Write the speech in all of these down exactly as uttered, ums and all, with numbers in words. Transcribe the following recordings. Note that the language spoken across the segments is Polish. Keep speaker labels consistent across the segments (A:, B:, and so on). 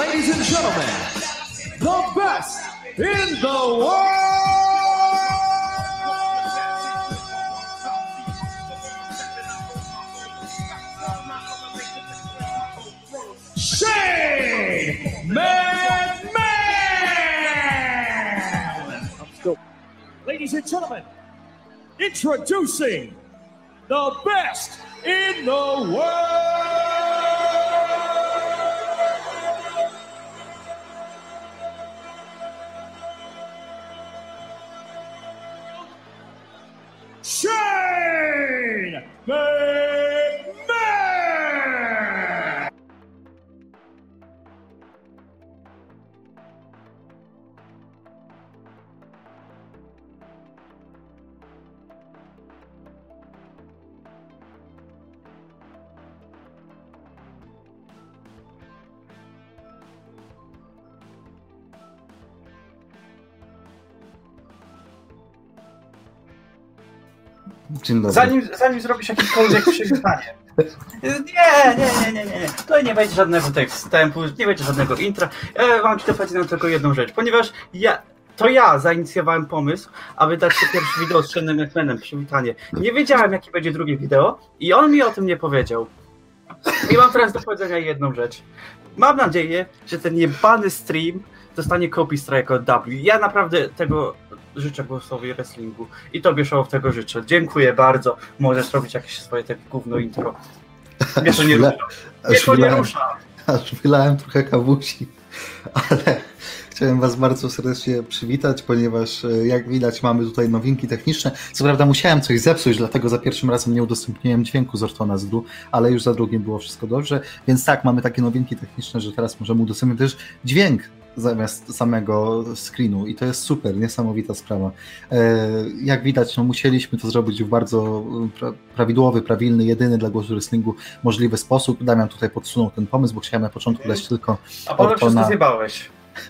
A: Ladies and gentlemen, the best in the world! Shane McMahon! Ladies and gentlemen, introducing the best in the world! Shane McMahon!
B: Dzień dobry.
C: Zanim, zanim zrobisz jakiekolwiek przywitanie. Nie, nie, nie, nie, nie. Tutaj nie będzie żadnego tekstu wstępu, nie będzie żadnego intra. Ja mam ci to powiedzieć na tylko jedną rzecz, ponieważ ja, to ja zainicjowałem pomysł, aby dać się pierwsze wideo z Shane'em McMahonem, przywitanie. Nie wiedziałem, jakie będzie drugie wideo i on mi o tym nie powiedział. I mam teraz do powiedzenia jedną rzecz. Mam nadzieję, że ten jebany stream dostanie copy strike od W. Ja naprawdę tego życzę głosowi wrestlingu i tobie, Show, tego życzę. Dziękuję bardzo. Możesz robić jakieś swoje takie gówno intro. Mnie to nie rusza. Mnie to nie rusza.
B: Aż wylałem trochę kawusi, ale chciałem was bardzo serdecznie przywitać, ponieważ jak widać mamy tutaj nowinki techniczne. Co prawda musiałem coś zepsuć, dlatego za pierwszym razem nie udostępniłem dźwięku z Ortona z Drew, ale już za drugim było wszystko dobrze. Więc tak, mamy takie nowinki techniczne, że teraz możemy udostępnić też dźwięk zamiast samego screenu i to jest super, niesamowita sprawa. Jak widać, no musieliśmy to zrobić w bardzo prawidłowy, prawilny, jedyny dla Głosu Wrestlingu możliwy sposób. Damian tutaj podsunął ten pomysł, bo chciałem na początku dać tylko
C: A potem wszystko zjebałeś.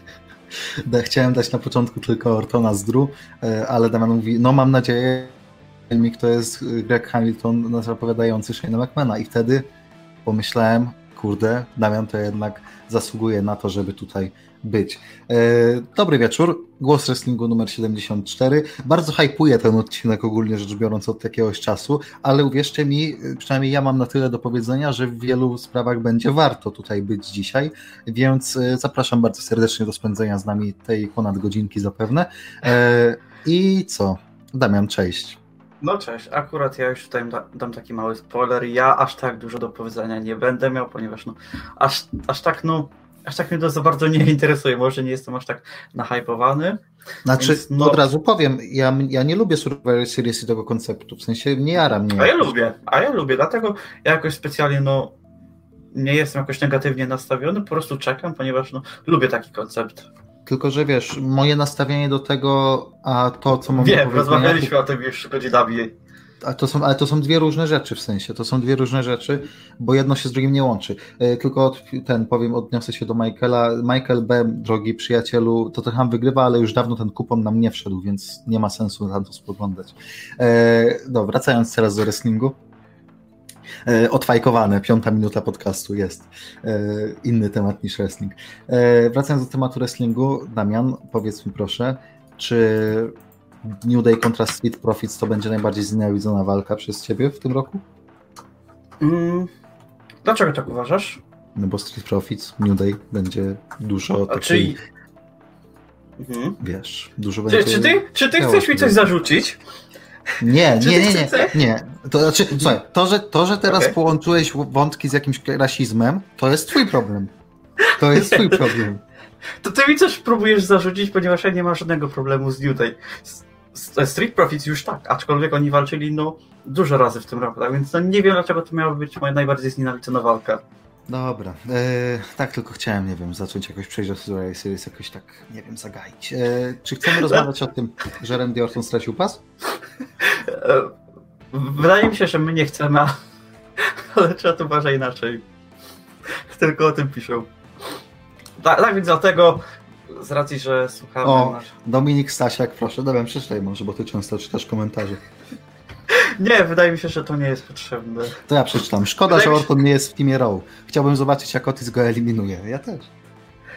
B: Chciałem dać na początku tylko Ortona z Drew, ale Damian mówi, no mam nadzieję, filmik to jest Greg Hamilton opowiadający Shane'a McMahona i wtedy pomyślałem, kurde, Damian to jednak zasługuje na to, żeby tutaj być. Dobry wieczór, Głos Wrestlingu numer siedemdziesiąt cztery. Bardzo hypuję ten odcinek ogólnie rzecz biorąc od jakiegoś czasu, ale uwierzcie mi, przynajmniej ja mam na tyle do powiedzenia, że w wielu sprawach będzie warto tutaj być dzisiaj, więc zapraszam bardzo serdecznie do spędzenia z nami tej ponad godzinki zapewne. I co? Damian, cześć.
C: No cześć, akurat ja już tutaj da, dam taki mały spoiler, ja aż tak dużo do powiedzenia nie będę miał, ponieważ no aż, aż tak no aż tak mnie to za bardzo nie interesuje, może nie jestem aż tak nahypowany.
B: Znaczy, więc, no... od razu powiem, ja, ja nie lubię Survivor Series i tego konceptu, w sensie nie jara mnie.
C: A ja lubię, a ja lubię, dlatego ja jakoś specjalnie no nie jestem jakoś negatywnie nastawiony, po prostu czekam, ponieważ no lubię taki koncept.
B: Tylko, że wiesz, moje nastawienie do tego, a to, co mam
C: Wiem, rozmawialiśmy o tym już godzinami.
B: A to są, ale to są dwie różne rzeczy w sensie, to są dwie różne rzeczy, bo jedno się z drugim nie łączy. Tylko od, ten, powiem, odniosę się do Michaela. Michael B., drogi przyjacielu, Tottenham wygrywa, ale już dawno ten kupon nam nie wszedł, więc nie ma sensu na to spoglądać. E, no, wracając teraz do wrestlingu. E, odfajkowane, piąta minuta podcastu jest. E, inny temat niż wrestling. E, wracając do tematu wrestlingu, Damian, powiedz mi proszę, czy New Day kontra Street Profits to będzie najbardziej znienawidzona walka przez ciebie w tym roku?
C: Mm, dlaczego tak uważasz?
B: No bo Street Profits, New Day będzie dużo takiej...
C: Czyli... Mhm.
B: Wiesz, dużo
C: czy,
B: będzie...
C: Czy ty, czy ty chcesz mi coś zarzucić?
B: Nie, nie, nie, nie, nie. To znaczy, słuchaj, to, że, to, że teraz okay. połączyłeś wątki z jakimś rasizmem, to jest twój problem. To jest twój problem.
C: To ty mi coś próbujesz zarzucić, ponieważ ja nie mam żadnego problemu z New Day. Street Profits już tak, aczkolwiek oni walczyli no dużo razy w tym roku, tak więc no nie wiem, dlaczego to miała być moja najbardziej znienawidzona walka.
B: Dobra, e, tak tylko chciałem, nie wiem, zacząć jakoś przejść do Survivor Series, jakoś tak, nie wiem, zagaić. E, czy chcemy rozmawiać o tym, że Randy Orton stracił pas?
C: Wydaje mi się, że my nie chcemy, ale trzeba to uważać inaczej. Tylko o tym piszą. Tak, tak więc dlatego, z racji, że słuchamy...
B: O,
C: nasz...
B: Dominik Stasiak, proszę, Damian, przeczytaj może, bo ty często czytasz komentarze.
C: Nie, wydaje mi się, że to nie jest potrzebne.
B: To ja przeczytam. Szkoda, wydaje że Orton się... nie jest w teamie Raw. Chciałbym zobaczyć, jak Otis go eliminuje. Ja też.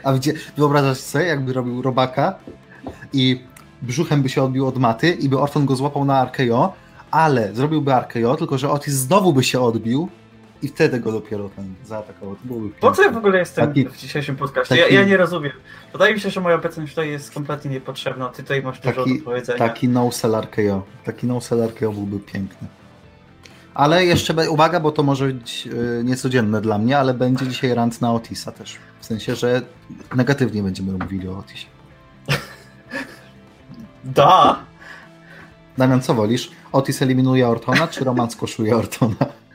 B: A gdzie, wyobrażasz sobie, jakby robił robaka i brzuchem by się odbił od maty i by Orton go złapał na R K O, ale zrobiłby R K O, tylko że Otis znowu by się odbił i wtedy go dopiero ten zaatakował. To byłoby
C: Po co ja w ogóle jestem
B: taki,
C: w dzisiejszym podcaście?
B: taki,
C: Ja, ja nie rozumiem. Wydaje mi się, że moja obecność tutaj jest kompletnie niepotrzebna. Ty tutaj masz dużo
B: taki,
C: do powiedzenia.
B: Taki no-sell R K O. Taki no-sell R K O byłby piękny. Ale jeszcze, uwaga, bo to może być yy, niecodzienne dla mnie, ale będzie dzisiaj rant na Otisa też. W sensie, że negatywnie będziemy mówili o Otisie.
C: Da!
B: Damian, co wolisz? Otis eliminuje Ortona, czy Roman skoszuje Ortona?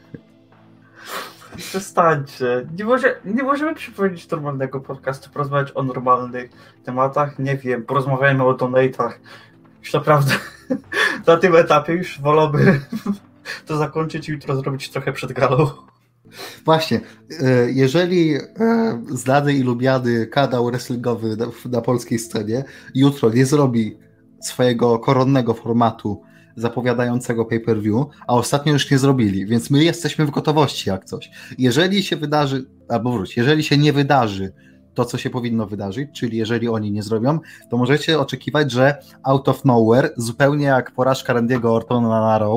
C: Przestańcie. Nie, może, nie możemy przypomnieć normalnego podcastu, porozmawiać o normalnych tematach. Nie wiem, porozmawiajmy o donatach. Już naprawdę na tym etapie już wolałby to zakończyć i jutro zrobić trochę przed galą.
B: Właśnie, jeżeli znany i lubiany kanał wrestlingowy na, na polskiej scenie jutro nie zrobi swojego koronnego formatu zapowiadającego pay-per-view, a ostatnio już nie zrobili, więc my jesteśmy w gotowości jak coś. Jeżeli się wydarzy, albo wróć, jeżeli się nie wydarzy to, co się powinno wydarzyć, czyli jeżeli oni nie zrobią, to możecie oczekiwać, że out of nowhere, zupełnie jak porażka Randy'ego Ortona na Raw,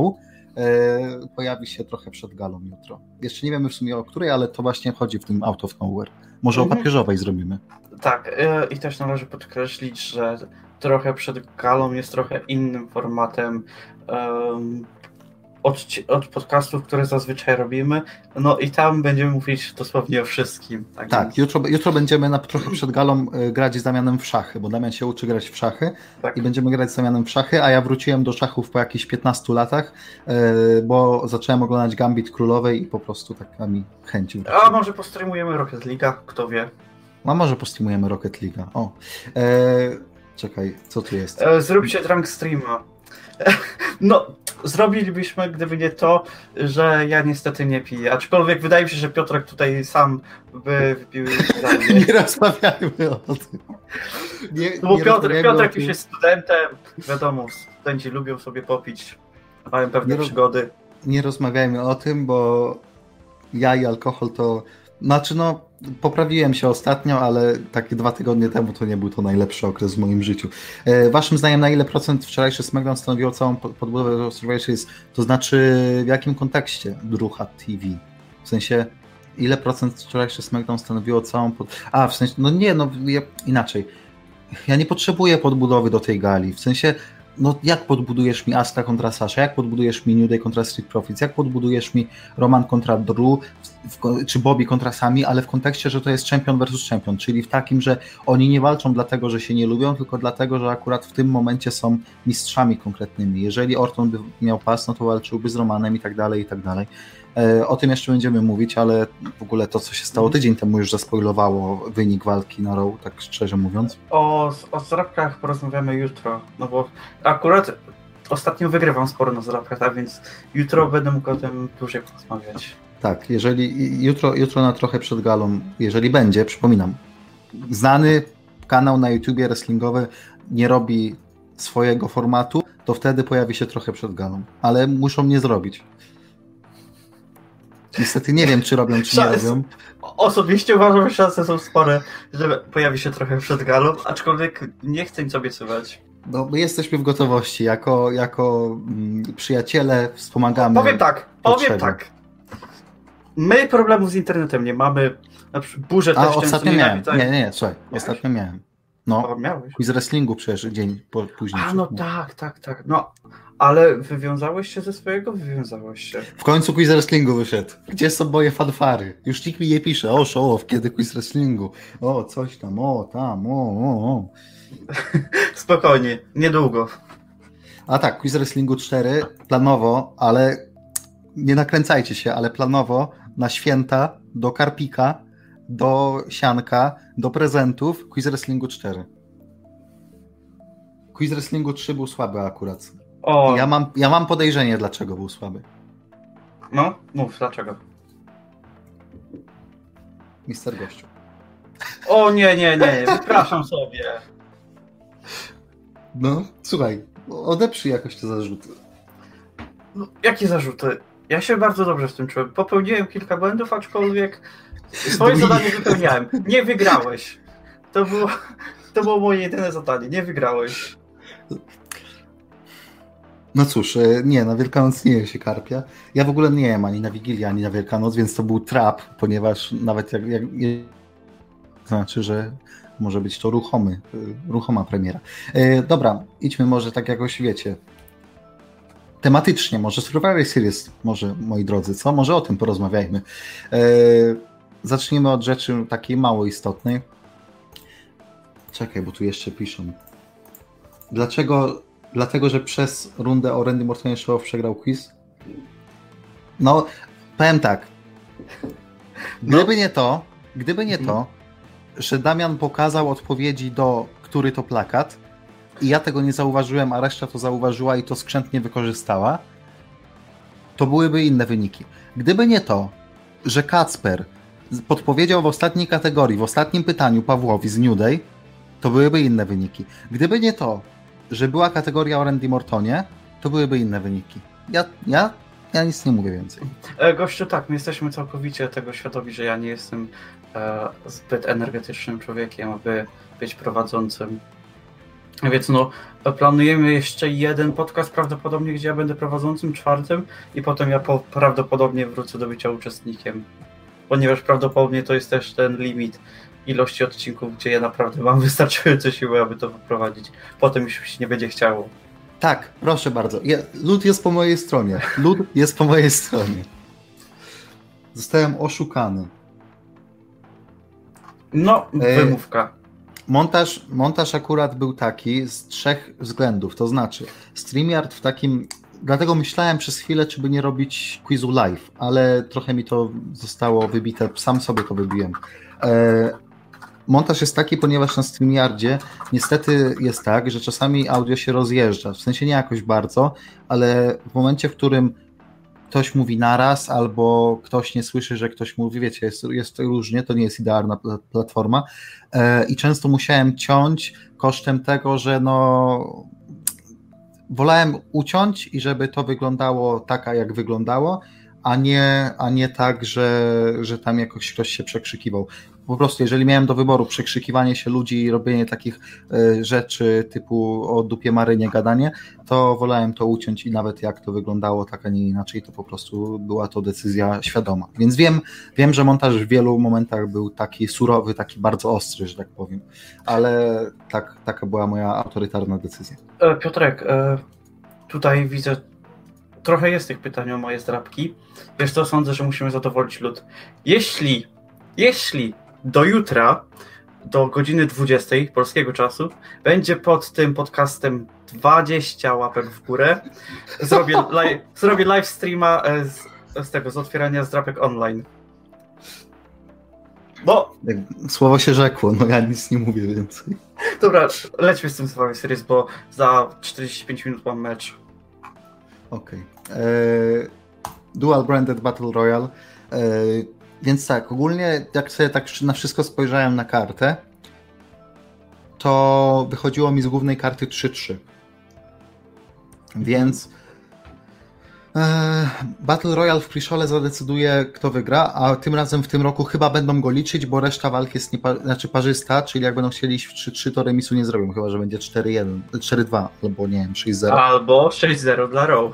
B: e, pojawi się trochę przed galą jutro. Jeszcze nie wiemy w sumie o której, ale to właśnie chodzi w tym out of nowhere. Może mhm. o papieżowej zrobimy.
C: Tak, i też należy podkreślić, że trochę przed galą jest trochę innym formatem um, od, od podcastów, które zazwyczaj robimy. No i tam będziemy mówić dosłownie o wszystkim. Tak,
B: tak
C: więc...
B: jutro, jutro będziemy na, trochę przed galą grać z Damianem w szachy, bo Damian się uczy grać w szachy tak. i będziemy grać z Damianem w szachy, a ja wróciłem do szachów po jakichś piętnastu latach, bo zacząłem oglądać Gambit Królowej i po prostu taka mi chęć wróciła.
C: A może postreamujemy Rocket League'a, kto wie.
B: A może postreamujemy Rocket League'a. O, e... Czekaj, co tu jest?
C: E, zróbcie drunk streama. No, zrobilibyśmy, gdyby nie to, że ja niestety nie piję. Aczkolwiek wydaje mi się, że Piotrek tutaj sam by wypił.
B: Nie rozmawiajmy o tym. Nie,
C: no bo
B: nie
C: Piotr, Piotrek
B: tym.
C: już jest studentem. Wiadomo, studenci lubią sobie popić. Mają pewne
B: nie
C: przygody.
B: Roz... Nie rozmawiajmy o tym, bo ja i alkohol to... Znaczy no, poprawiłem się ostatnio, ale takie dwa tygodnie temu to nie był to najlepszy okres w moim życiu. E, waszym zdaniem na ile procent wczorajszy SmackDown stanowiło całą podbudowę Survivor? To znaczy w jakim kontekście Drucha T V? W sensie ile procent wczorajszy SmackDown stanowiło całą pod... A, w sensie, no nie, no ja, inaczej. Ja nie potrzebuję podbudowy do tej gali. W sensie, no jak podbudujesz mi Asuka kontra Sasha, jak podbudujesz mi New Day kontra Street Profits, jak podbudujesz mi Roman kontra Drew, w, czy Bobby kontra Sami, ale w kontekście, że to jest champion versus champion, czyli w takim, że oni nie walczą dlatego, że się nie lubią, tylko dlatego, że akurat w tym momencie są mistrzami konkretnymi. Jeżeli Orton by miał pas, no to walczyłby z Romanem i tak dalej, i tak dalej. O tym jeszcze będziemy mówić, ale w ogóle to, co się stało tydzień temu, już zaspoilowało wynik walki na Raw, tak szczerze mówiąc.
C: O, o zdrabkach porozmawiamy jutro, no bo akurat ostatnio wygrywam sporo na zdrabkach, a więc jutro będę mógł o tym dłużej porozmawiać.
B: Tak, jeżeli jutro, jutro na trochę przed galą, jeżeli będzie, przypominam, znany kanał na YouTubie wrestlingowy nie robi swojego formatu, to wtedy pojawi się trochę przed galą, ale muszą mnie zrobić. Niestety nie wiem, czy robią, czy nie robią.
C: Osobiście uważam, że szanse są spore, że pojawi się trochę przed galą, aczkolwiek nie chcę nic obiecywać.
B: No, my jesteśmy w gotowości. Jako, jako mm, przyjaciele wspomagamy.
C: Powiem tak,
B: potrzeby.
C: powiem tak. My problemów z internetem nie mamy. Na przykład burzę
B: A
C: też
B: ostatnio miałem.
C: Tak.
B: Nie, nie, nie, słuchaj. Miałeś? Ostatnio miałem. No,
C: o, miałeś.
B: Quiz wrestlingu przecież dzień po, później.
C: A no tak, tak, tak. No, ale wywiązałeś się ze swojego? Wywiązałeś się.
B: W końcu quiz wrestlingu wyszedł. Gdzie są moje fanfary? Już nikt mi nie pisze. O, show off, kiedy quiz wrestlingu? O, coś tam, o, tam, o, o, o.
C: Spokojnie, niedługo.
B: A tak, quiz wrestlingu cztery planowo, ale nie nakręcajcie się, ale planowo na święta do Karpika, do Sianka, do prezentów quiz wrestlingu cztery. Quiz wrestlingu trzy był słaby akurat.
C: O.
B: Ja mam, ja mam podejrzenie, dlaczego był słaby.
C: No, mów, dlaczego?
B: Mister Gościu.
C: O nie, nie, nie, wypraszam sobie.
B: No, słuchaj, odeprzyj jakoś te zarzuty.
C: No, jakie zarzuty? Ja się bardzo dobrze w tym czułem. Popełniłem kilka błędów, aczkolwiek swoje zadanie wypełniałem. Nie wygrałeś. to było, to było moje jedyne zadanie, nie wygrałeś.
B: No cóż, nie, na Wielkanoc nie je się karpia. Ja w ogóle nie jem ani na Wigilię, ani na Wielkanoc, więc to był trap, ponieważ nawet jak, jak to znaczy, że może być to ruchomy, ruchoma premiera. E, dobra, idźmy może tak jakoś, wiecie, tematycznie, może Survivor Series, może, moi drodzy, co? Może o tym porozmawiajmy. E, zacznijmy od rzeczy takiej mało istotnej. Czekaj, bo tu jeszcze piszą. Dlaczego? Dlatego, że przez rundę o Randy Mortonie Show przegrał quiz? No, powiem tak. Gdyby nie to, gdyby nie to, że Damian pokazał odpowiedzi do który to plakat i ja tego nie zauważyłem, a reszta to zauważyła i to skrzętnie wykorzystała, to byłyby inne wyniki. Gdyby nie to, że Kacper podpowiedział w ostatniej kategorii, w ostatnim pytaniu Pawłowi z New Day, to byłyby inne wyniki. Gdyby nie to, że była kategoria o Randy Mortonie, to byłyby inne wyniki. Ja, ja, ja nic nie mówię więcej.
C: E, gościu, tak, my jesteśmy całkowicie tego świadomi, że ja nie jestem e, zbyt energetycznym człowiekiem, aby być prowadzącym. Więc no, planujemy jeszcze jeden podcast prawdopodobnie, gdzie ja będę prowadzącym, czwartym i potem ja po, prawdopodobnie wrócę do bycia uczestnikiem. Ponieważ prawdopodobnie to jest też ten limit ilości odcinków, gdzie ja naprawdę mam wystarczające siły, aby to wyprowadzić. Potem już mi się nie będzie chciało.
B: Tak, proszę bardzo. Ja, lud jest po mojej stronie. Lud jest po mojej stronie. Zostałem oszukany.
C: No, wymówka.
B: Montaż, montaż akurat był taki z trzech względów, to znaczy StreamYard w takim, dlatego myślałem przez chwilę, czy by nie robić quizu live, ale trochę mi to zostało wybite, sam sobie to wybiłem. E, montaż jest taki, ponieważ na StreamYardzie niestety jest tak, że czasami audio się rozjeżdża, w sensie nie jakoś bardzo, ale w momencie, w którym ktoś mówi naraz, albo ktoś nie słyszy, że ktoś mówi, wiecie, jest, jest różnie, to nie jest idealna platforma e, i często musiałem ciąć kosztem tego, że no wolałem uciąć i żeby to wyglądało tak, jak wyglądało, a nie, a nie tak, że, że tam jakoś ktoś się przekrzykiwał. Po prostu, jeżeli miałem do wyboru przekrzykiwanie się ludzi i robienie takich y, rzeczy typu o dupie Marynie gadanie, to wolałem to uciąć i nawet jak to wyglądało tak, a nie inaczej, to po prostu była to decyzja świadoma. Więc wiem, wiem, że montaż w wielu momentach był taki surowy, taki bardzo ostry, że tak powiem, ale tak, taka była moja autorytarna decyzja.
C: E, Piotrek, e, tutaj widzę, trochę jest tych pytań o moje zdrabki. Wiesz co, sądzę, że musimy zadowolić lud. Jeśli, jeśli do jutra, do godziny dwudziestej polskiego czasu, będzie pod tym podcastem dwadzieścia łapek w górę, zrobię, li- zrobię live streama z, z tego, z otwierania zdrapek online. Bo...
B: Słowo się rzekło, no ja nic nie mówię więcej.
C: Dobra, lećmy z tym Survivor Series, bo za czterdzieści pięć minut mam mecz.
B: Okej. Okay. Dual Branded Battle Royale. Eee, więc tak, ogólnie jak sobie tak na wszystko spojrzałem na kartę, to wychodziło mi z głównej karty trzy trzy. Więc eee, Battle Royale w Krishole zadecyduje, kto wygra, a tym razem w tym roku chyba będą go liczyć, bo reszta walk jest niepa- znaczy parzysta, czyli jak będą chcieli iść w trzy trzy, to remisu nie zrobią, chyba że będzie cztery jeden, cztery dwa, albo nie wiem, sześć zero.
C: Albo sześć zero dla Raw.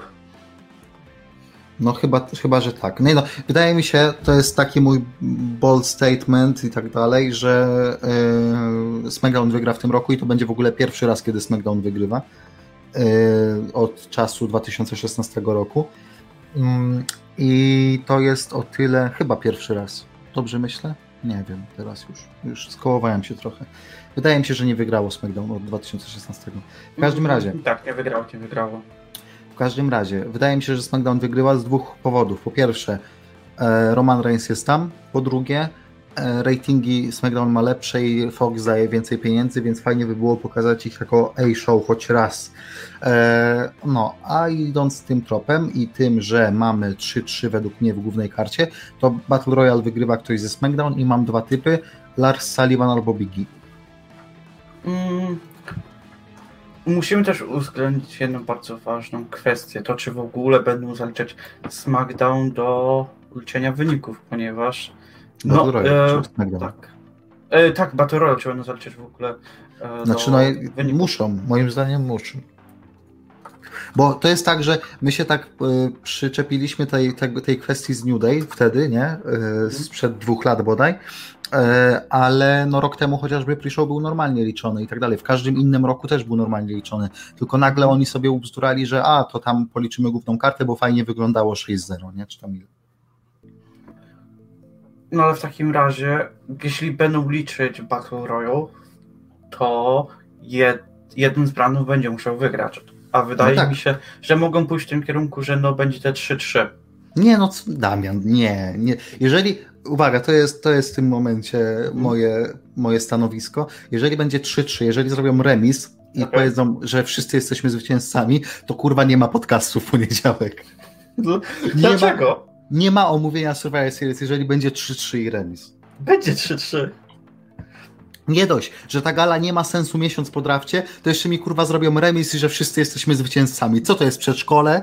B: No chyba, chyba, że tak. Nie no, wydaje mi się, to jest taki mój bold statement i tak dalej, że yy, SmackDown wygra w tym roku i to będzie w ogóle pierwszy raz, kiedy SmackDown wygrywa yy, od czasu dwa tysiące szesnastego roku. Yy, I to jest o tyle, chyba pierwszy raz. Dobrze myślę? Nie wiem, teraz już, już skołowałem się trochę. Wydaje mi się, że nie wygrało SmackDown od dwa tysiące szesnastego. W każdym razie.
C: Tak, nie wygrało, nie wygrało.
B: W każdym razie, wydaje mi się, że SmackDown wygrywa z dwóch powodów. Po pierwsze, Roman Reigns jest tam. Po drugie, ratingi SmackDown ma lepsze i Fox daje więcej pieniędzy, więc fajnie by było pokazać ich jako A-show choć raz. No, a idąc tym tropem i tym, że mamy trzy trzy według mnie w głównej karcie, to Battle Royale wygrywa ktoś ze SmackDown i mam dwa typy, Lars Sullivan albo Big E.
C: Mm. Musimy też uwzględnić jedną bardzo ważną kwestię, to czy w ogóle będą zaliczać SmackDown do liczenia wyników, ponieważ no,
B: Royale,
C: e,
B: SmackDown.
C: tak, E, tak, Battle Royale trzeba no zaliczyć w ogóle. E,
B: Znaczy, no wyniku. Muszą, moim zdaniem muszą. Bo to jest tak, że my się tak y, przyczepiliśmy tej, tej, tej kwestii z New Day wtedy, nie? Y, sprzed dwóch lat bodaj, y, ale no rok temu chociażby pre-show był normalnie liczony i tak dalej. W każdym innym roku też był normalnie liczony. Tylko nagle oni sobie ubzdurali, że a, to tam policzymy główną kartę, bo fajnie wyglądało sześć zero, nie? Czy tam ile?
C: No ale w takim razie, jeśli będą liczyć Battle Royale, to jed, jeden z brandów będzie musiał wygrać. A wydaje no tak. mi się, że mogą pójść w tym kierunku, że no będzie te trzy trzy.
B: Nie, no Damian, nie, nie. Jeżeli, uwaga, to jest, to jest w tym momencie moje, moje stanowisko. Jeżeli będzie trzy trzy, jeżeli zrobią remis i okay. powiedzą, że wszyscy jesteśmy zwycięzcami, to kurwa nie ma podcastu w poniedziałek.
C: No, dlaczego?
B: Ma, nie ma omówienia Survivor Series, jeżeli będzie trzy trzy i remis.
C: Będzie trzy trzy.
B: Nie dość, że ta gala nie ma sensu miesiąc po drafcie, to jeszcze mi kurwa zrobią remis i że wszyscy jesteśmy zwycięzcami. Co to jest, przedszkole?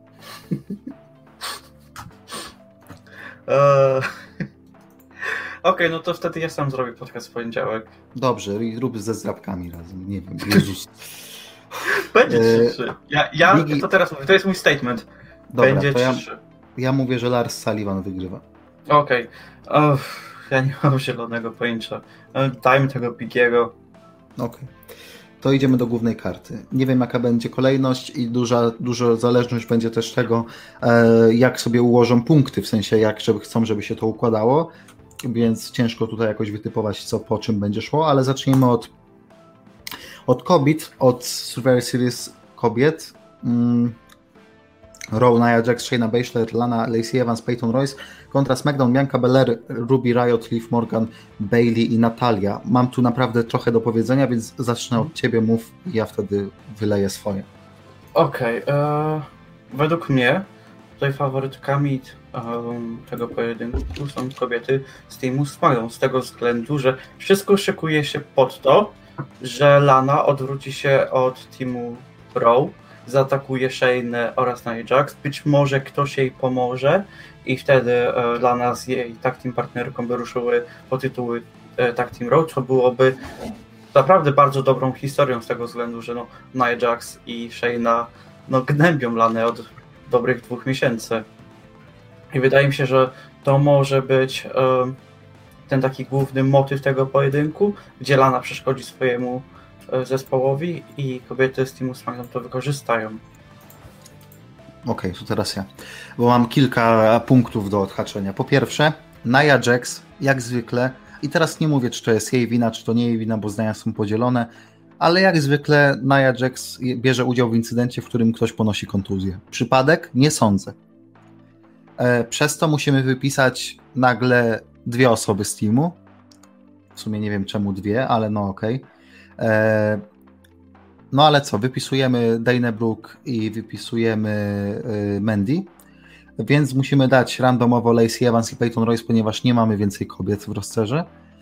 C: Eee... Okej, okay, no to wtedy ja sam zrobię podcast w poniedziałek.
B: Dobrze, i rób ze zdrabkami razem, nie wiem, Jezus.
C: Będzie trzy trzy. Ja, ja Bigi... to teraz mówię, to jest mój statement.
B: Dobra,
C: będzie
B: to ja,
C: trzy trzy.
B: Ja mówię, że Lars Sullivan wygrywa.
C: Okej. Okay. Ja nie mam zielonego pojęcia. Dajmy tego Bigiego.
B: Okej. Okay. To idziemy do głównej karty. Nie wiem, jaka będzie kolejność i duża, duża zależność będzie też tego, jak sobie ułożą punkty, w sensie jak żeby chcą, żeby się to układało, więc ciężko tutaj jakoś wytypować, co po czym będzie szło, ale zacznijmy od od kobiet, od Survivor Series kobiet. Mm. Raw, Nia Jax, Shayna Baszler, Lana, Lacey Evans, Peyton Royce kontra SmackDown, Bianca Belair, Ruby Riott, Liv Morgan, Bayley i Natalia. Mam tu naprawdę trochę do powiedzenia, więc zacznę od ciebie, mów i ja wtedy wyleję swoje.
C: Okej, okay, według mnie tutaj faworytkami um, tego pojedynku są kobiety z teamu SmackDown, z tego względu, że wszystko szykuje się pod to, że Lana odwróci się od teamu Raw, zaatakuje Shayna oraz Nia Jax. Być może ktoś jej pomoże i wtedy e, dla nas jej tag team partnerką by ruszyły po tytuły e, tag team Raw, co byłoby naprawdę bardzo dobrą historią z tego względu, że no, Nia Jax i Shayna no, gnębią Lanę od dobrych dwóch miesięcy. I wydaje mi się, że to może być e, ten taki główny motyw tego pojedynku, gdzie Lana przeszkodzi swojemu zespołowi i kobiety z teamu SmackDown to wykorzystają.
B: Okej, okay, to teraz ja, bo mam kilka punktów do odhaczenia. Po pierwsze, Nia Jax, jak zwykle, i teraz nie mówię, czy to jest jej wina, czy to nie jej wina, bo zdania są podzielone, ale jak zwykle Nia Jax bierze udział w incydencie, w którym ktoś ponosi kontuzję. Przypadek? Nie sądzę. Przez to musimy wypisać nagle dwie osoby z teamu. W sumie nie wiem czemu dwie, ale no okej. Okay. No ale co, wypisujemy Dana Brooke i wypisujemy Mandy, więc musimy dać randomowo Lacey Evans i Peyton Royce, ponieważ nie mamy więcej kobiet w rosterze.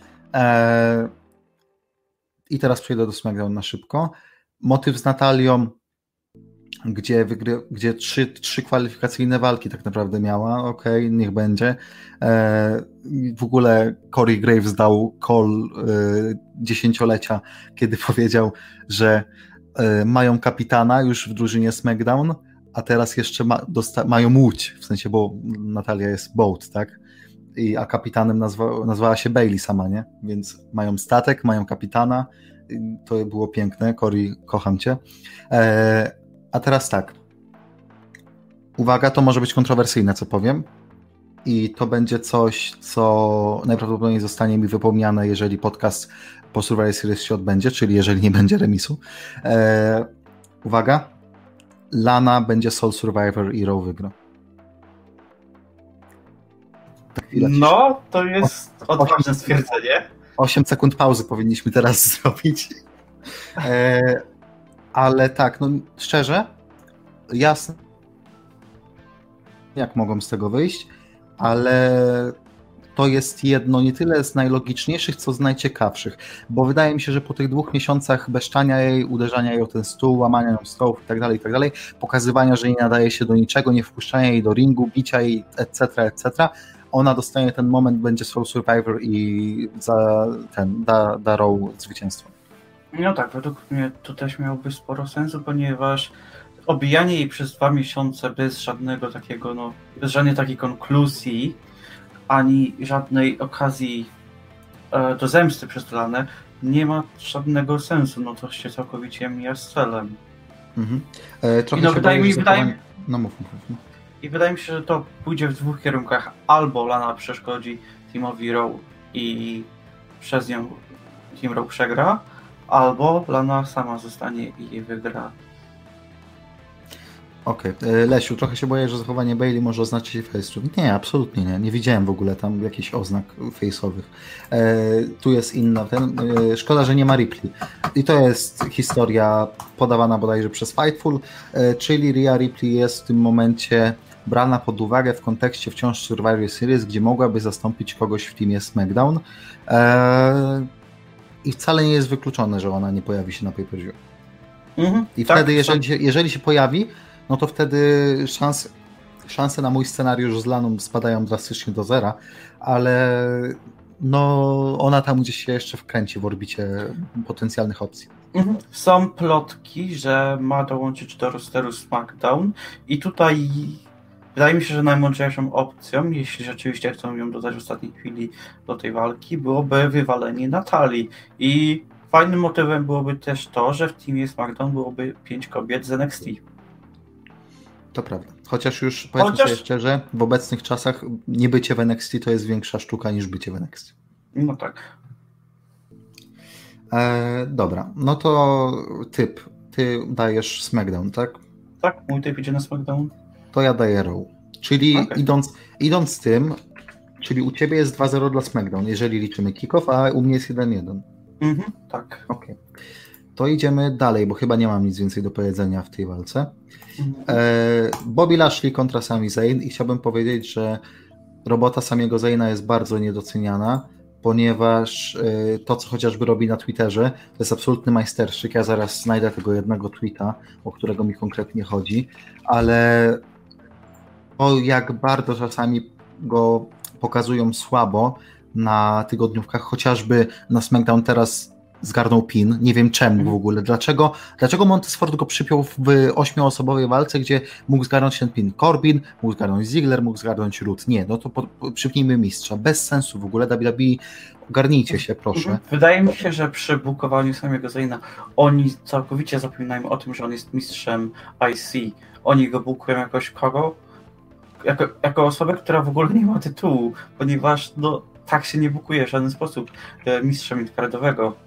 B: I teraz przejdę do SmackDown na szybko. Motyw z Natalią, gdzie, wygry, gdzie trzy, trzy kwalifikacyjne walki tak naprawdę miała, okej, okay, niech będzie. W ogóle Corey Graves dał call dziesięciolecia, kiedy powiedział, że mają kapitana już w drużynie SmackDown, a teraz jeszcze ma, dosta- mają łódź, w sensie, bo Natalia jest boat, tak? I, a kapitanem nazwa, nazwała się Bayley sama, nie? Więc mają statek, mają kapitana, to było piękne. Corey, kocham cię. E, a teraz tak. Uwaga, to może być kontrowersyjne, co powiem. I to będzie coś, co najprawdopodobniej zostanie mi wypomniane, jeżeli podcast po Survivor Series się odbędzie, czyli jeżeli nie będzie remisu. E, uwaga. Lana będzie Soul Survivor i Raw wygra.
C: No, to jest odważne stwierdzenie.
B: osiem sekund pauzy powinniśmy teraz zrobić. E, ale tak, no szczerze, jasne, jak mogą z tego wyjść, ale to jest jedno nie tyle z najlogiczniejszych, co z najciekawszych, bo wydaje mi się, że po tych dwóch miesiącach beszczania jej, uderzania jej o ten stół, łamania ją stołów i tak dalej, i tak dalej, pokazywania, że nie nadaje się do niczego, nie wpuszczania jej do ringu, bicia jej, et cetera, et cetera, ona dostanie ten moment, będzie Soul Survivor i za ten da, da Raw zwycięstwo.
C: No tak, według mnie to też miałoby sporo sensu, ponieważ obijanie jej przez dwa miesiące bez żadnego takiego, no, bez żadnej takiej konkluzji, ani żadnej okazji e, do zemsty przez Lanę, nie ma żadnego sensu, no to się całkowicie mija z celem.
B: Mhm. E, trochę
C: I no
B: się
C: wydaje
B: boję,
C: mi,
B: że
C: wydaje,
B: zachowanie... No mów, mów, mów.
C: I wydaje mi się, że to pójdzie w dwóch kierunkach. Albo Lana przeszkodzi Teamowi Raw i przez nią Team Raw przegra, albo Lana sama zostanie i wygra.
B: Okej, okay. Lesiu, trochę się boję, że zachowanie Bayley może oznaczać face. Nie, absolutnie nie. Nie widziałem w ogóle tam jakichś oznak face'owych. E, tu jest inna. Ten, e, szkoda, że nie ma Ripley. I to jest historia podawana bodajże przez Fightful, e, czyli Rhea Ripley jest w tym momencie brana pod uwagę w kontekście wciąż Survivor Series, gdzie mogłaby zastąpić kogoś w teamie SmackDown. E, I wcale nie jest wykluczone, że ona nie pojawi się na pay-per-view. Mhm, I tak, wtedy, jeżeli się, jeżeli się pojawi, no to wtedy szanse, szanse na mój scenariusz z Laną spadają drastycznie do zera, ale no ona tam gdzieś się jeszcze wkręci w orbicie potencjalnych opcji.
C: Mhm. Są plotki, że ma dołączyć do rosteru SmackDown i tutaj wydaje mi się, że najmądrzejszą opcją, jeśli rzeczywiście chcą ją dodać w ostatniej chwili do tej walki, byłoby wywalenie Natalii. I fajnym motywem byłoby też to, że w teamie SmackDown byłoby pięć kobiet z N X T.
B: To prawda. Chociaż już powiedzmy Chociaż... sobie szczerze, w obecnych czasach nie bycie w N X T to jest większa sztuka niż bycie w N X T.
C: No tak.
B: E, dobra, no to typ. Ty dajesz SmackDown, tak?
C: Tak, mój typ idzie na SmackDown.
B: To ja daję Raw. Czyli okay. idąc, idąc z tym, czyli u ciebie jest dwa zero dla SmackDown, jeżeli liczymy kick-off, a u mnie jest jeden jeden.
C: Mhm, tak.
B: Okej. Okay. To idziemy dalej, bo chyba nie mam nic więcej do powiedzenia w tej walce. E, Bobby Lashley kontra Sami Zayn i chciałbym powiedzieć, że robota Samiego Zayna jest bardzo niedoceniana, ponieważ e, to, co chociażby robi na Twitterze, to jest absolutny majstersztyk. Ja zaraz znajdę tego jednego tweeta, o którego mi konkretnie chodzi, ale o jak bardzo czasami go pokazują słabo na tygodniówkach, chociażby na SmackDown teraz zgarnął pin, nie wiem czemu w ogóle, dlaczego, dlaczego Montesford go przypiął w ośmioosobowej walce, gdzie mógł zgarnąć ten pin Corbin, mógł zgarnąć Ziggler, mógł zgarnąć Root, nie, no to po, po, przypnijmy mistrza, bez sensu w ogóle, W W E, ogarnijcie się proszę.
C: Wydaje mi się, że przy bukowaniu samego Zayna oni całkowicie zapominają o tym, że on jest mistrzem I C, oni go bukują jakoś kogo? Jako, jako osobę, która w ogóle nie ma tytułu, ponieważ no tak się nie bukuje w żaden sposób mistrza midcardowego.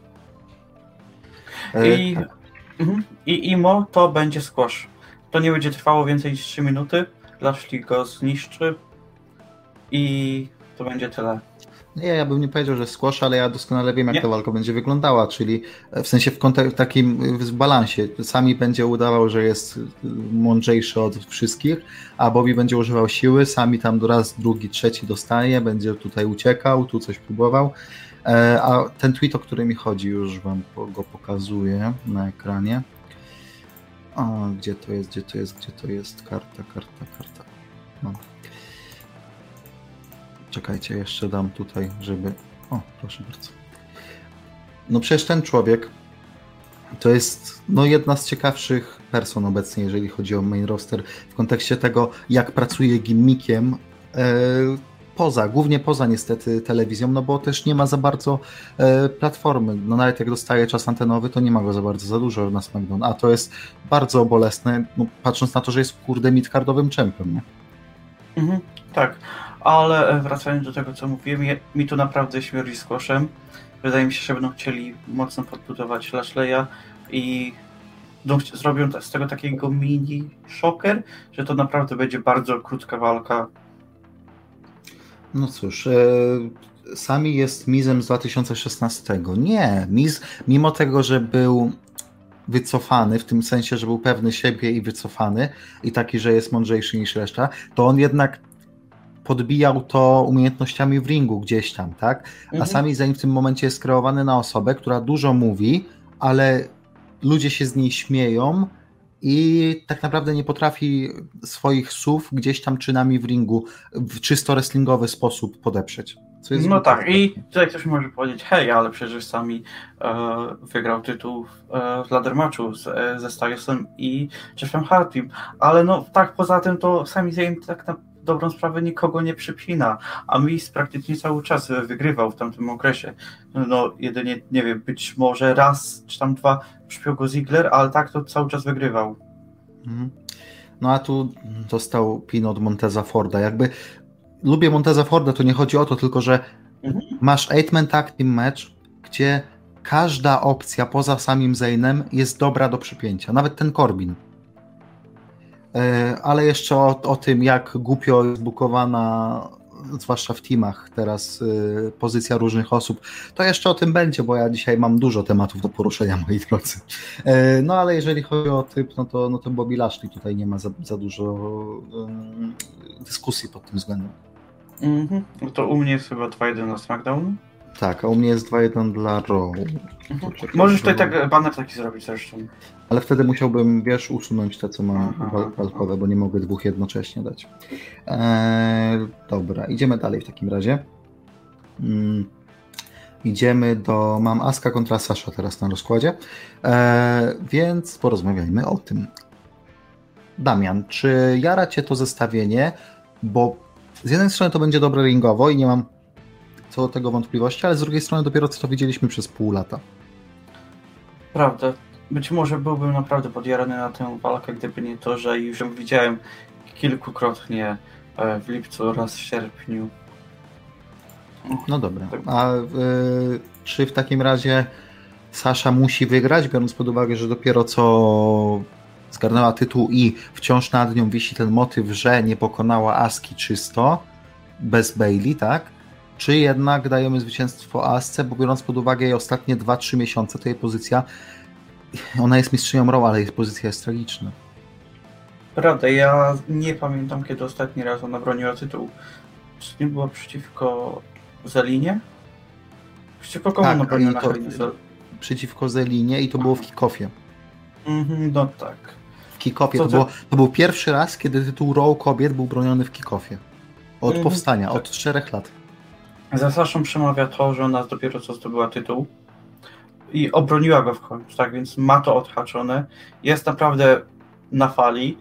C: I, tak. I Imo to będzie squash. To nie będzie trwało więcej niż trzy minuty. Lashley go zniszczy i to będzie tyle.
B: Nie, ja bym nie powiedział, że squash, ale ja doskonale wiem, jak nie. ta walka będzie wyglądała, czyli w sensie w kontek- takim w balansie. Sami będzie udawał, że jest mądrzejszy od wszystkich, a Bobby będzie używał siły, Sami tam raz, drugi, trzeci dostanie, będzie tutaj uciekał, tu coś próbował. A ten tweet, o który mi chodzi, już wam go pokazuję na ekranie. O, gdzie to jest, gdzie to jest, gdzie to jest? Karta, karta, karta. No. Czekajcie, jeszcze dam tutaj, żeby... O, proszę bardzo. No przecież ten człowiek to jest no, jedna z ciekawszych person obecnie, jeżeli chodzi o main roster, w kontekście tego, jak pracuje gimmickiem e, poza, głównie poza niestety telewizją, no bo też nie ma za bardzo e, platformy. No nawet jak dostaje czas antenowy, to nie ma go za bardzo, za dużo na SmackDown, a to jest bardzo bolesne, no, patrząc na to, że jest kurde midcardowym czempem, nie?
C: Mhm, tak, ale wracając do tego, co mówiłem, mi to naprawdę śmierdzi squashem. Wydaje mi się, że będą chcieli mocno podbudować Lashley'a i zrobią z tego takiego mini shocker, że to naprawdę będzie bardzo krótka walka.
B: No cóż, e, Sami jest Mizem z dwa tysiące szesnastego. Nie, Miz, mimo tego, że był wycofany, w tym sensie, że był pewny siebie i wycofany i taki, że jest mądrzejszy niż reszta, to on jednak podbijał to umiejętnościami w ringu gdzieś tam, tak? A mhm. Sami Zayn w tym momencie jest kreowany na osobę, która dużo mówi, ale ludzie się z niej śmieją i tak naprawdę nie potrafi swoich słów gdzieś tam czynami w ringu w czysto wrestlingowy sposób podeprzeć. Co jest
C: no tak, i tutaj ktoś może powiedzieć, hej, ale przecież sami e, wygrał tytuł e, w ladder matchu z, e, ze Stylesem i Jeffem Hardym, ale no tak, poza tym to Sami Zayn tak na dobrą sprawę nikogo nie przypina, a Miz praktycznie cały czas wygrywał w tamtym okresie. No jedynie, nie wiem, być może raz czy tam dwa przypiął go Ziggler, ale tak to cały czas wygrywał.
B: Mhm. No a tu dostał pin od Monteza Forda. Jakby lubię Monteza Forda, to nie chodzi o to, tylko że mhm. masz eight-man tag team match, gdzie każda opcja poza samym Zaynem jest dobra do przypięcia. Nawet ten Corbin. Ale jeszcze o, o tym, jak głupio jest bukowana, zwłaszcza w teamach teraz, y, pozycja różnych osób, to jeszcze o tym będzie, bo ja dzisiaj mam dużo tematów do poruszenia, moi drodzy. Y, no ale jeżeli chodzi o typ, no to, no to Bobby Lashley tutaj nie ma za, za dużo y, dyskusji pod tym względem.
C: Mm-hmm. No to u mnie jest chyba dwa jeden na SmackDown.
B: Tak, a u mnie jest dwa jeden dla Raw.
C: Mhm. Możesz tutaj tak banner taki zrobić zresztą.
B: Ale wtedy musiałbym, wiesz, usunąć te, co mam walkowe, bo nie mogę dwóch jednocześnie dać. Eee, dobra, idziemy dalej w takim razie. Mm, idziemy do... Mam Asuka kontra Sasha teraz na rozkładzie, eee, więc porozmawiajmy o tym. Damian, czy jara cię to zestawienie? Bo z jednej strony to będzie dobre ringowo i nie mam co do tego wątpliwości, ale z drugiej strony dopiero co to widzieliśmy przez pół lata.
C: Prawda. Być może byłbym naprawdę podjarany na tę walkę, gdyby nie to, że już ją widziałem kilkukrotnie w lipcu oraz w sierpniu.
B: No dobra. A y, czy w takim razie Sasha musi wygrać, biorąc pod uwagę, że dopiero co zgarnęła tytuł i wciąż nad nią wisi ten motyw, że nie pokonała Asuki czysto, bez Bayley, tak? Czy jednak dajemy zwycięstwo Asce, bo biorąc pod uwagę jej ostatnie dwa trzy miesiące, to jej pozycja, ona jest mistrzynią Raw, ale jej pozycja jest tragiczna.
C: Prawda, ja nie pamiętam, kiedy ostatni raz ona broniła tytułu. Czy nie była przeciwko Zelinie? Przeciwko komu ona broniła na Helinie?
B: Przeciwko Zelinie i to było w kick-offie.
C: Mm-hmm, no tak.
B: W kick-offie. To, było, to był pierwszy raz, kiedy tytuł Raw kobiet był broniony w kick-offie. Od mm-hmm, powstania, tak. Od czterech lat.
C: Za Saszą przemawia to, że ona dopiero co zdobyła tytuł i obroniła go w końcu, tak więc ma to odhaczone. Jest naprawdę na fali.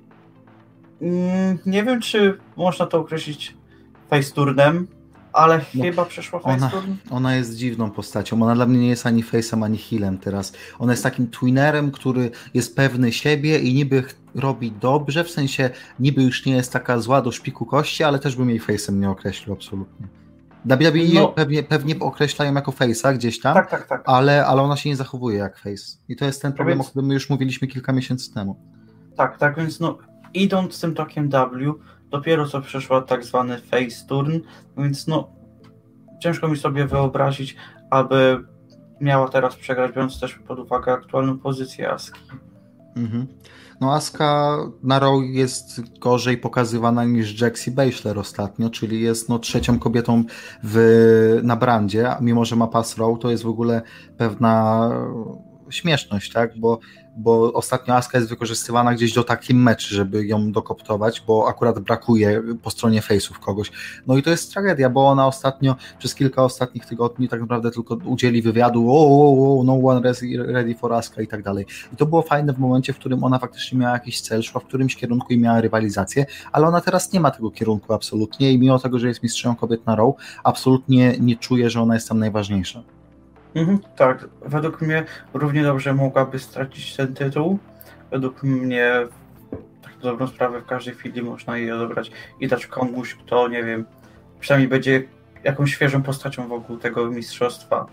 C: Nie wiem, czy można to określić face-turnem, ale no, chyba przeszła face-turn.
B: Ona, ona jest dziwną postacią. Ona dla mnie nie jest ani face'em, ani healem teraz. Ona jest takim twinerem, który jest pewny siebie i niby robi dobrze, w sensie niby już nie jest taka zła do szpiku kości, ale też bym jej face'em nie określił absolutnie. W W W E no. pewnie, pewnie określają jako face'a gdzieś tam,
C: tak, tak, tak.
B: Ale, ale ona się nie zachowuje jak face. I to jest ten problem, więc, o którym my już mówiliśmy kilka miesięcy temu.
C: Tak, tak, więc no idąc z tym tokiem W, dopiero co przeszła tak zwany face turn, więc no ciężko mi sobie wyobrazić, aby miała teraz przegrać, biorąc też pod uwagę aktualną pozycję Asuki. Mhm.
B: No Asuka na Raw jest gorzej pokazywana niż Jaxie Baszler ostatnio, czyli jest no trzecią kobietą w, na brandzie, mimo że ma pas Raw, to jest w ogóle pewna śmieszność, tak, bo, bo ostatnio Asuka jest wykorzystywana gdzieś do takim meczu, żeby ją dokoptować, bo akurat brakuje po stronie face'ów kogoś. No i to jest tragedia, bo ona ostatnio, przez kilka ostatnich tygodni tak naprawdę tylko udzieli wywiadu, o, o, o, no one ready for Asuka i tak dalej. I to było fajne w momencie, w którym ona faktycznie miała jakiś cel, szła w którymś kierunku i miała rywalizację, ale ona teraz nie ma tego kierunku absolutnie i mimo tego, że jest mistrzynią kobiet na Raw, absolutnie nie czuje, że ona jest tam najważniejsza.
C: Mhm, tak, według mnie równie dobrze mogłaby stracić ten tytuł. Według mnie tak na dobrą sprawę w każdej chwili można jej odebrać i dać komuś, kto, nie wiem, przynajmniej będzie jakąś świeżą postacią wokół tego mistrzostwa.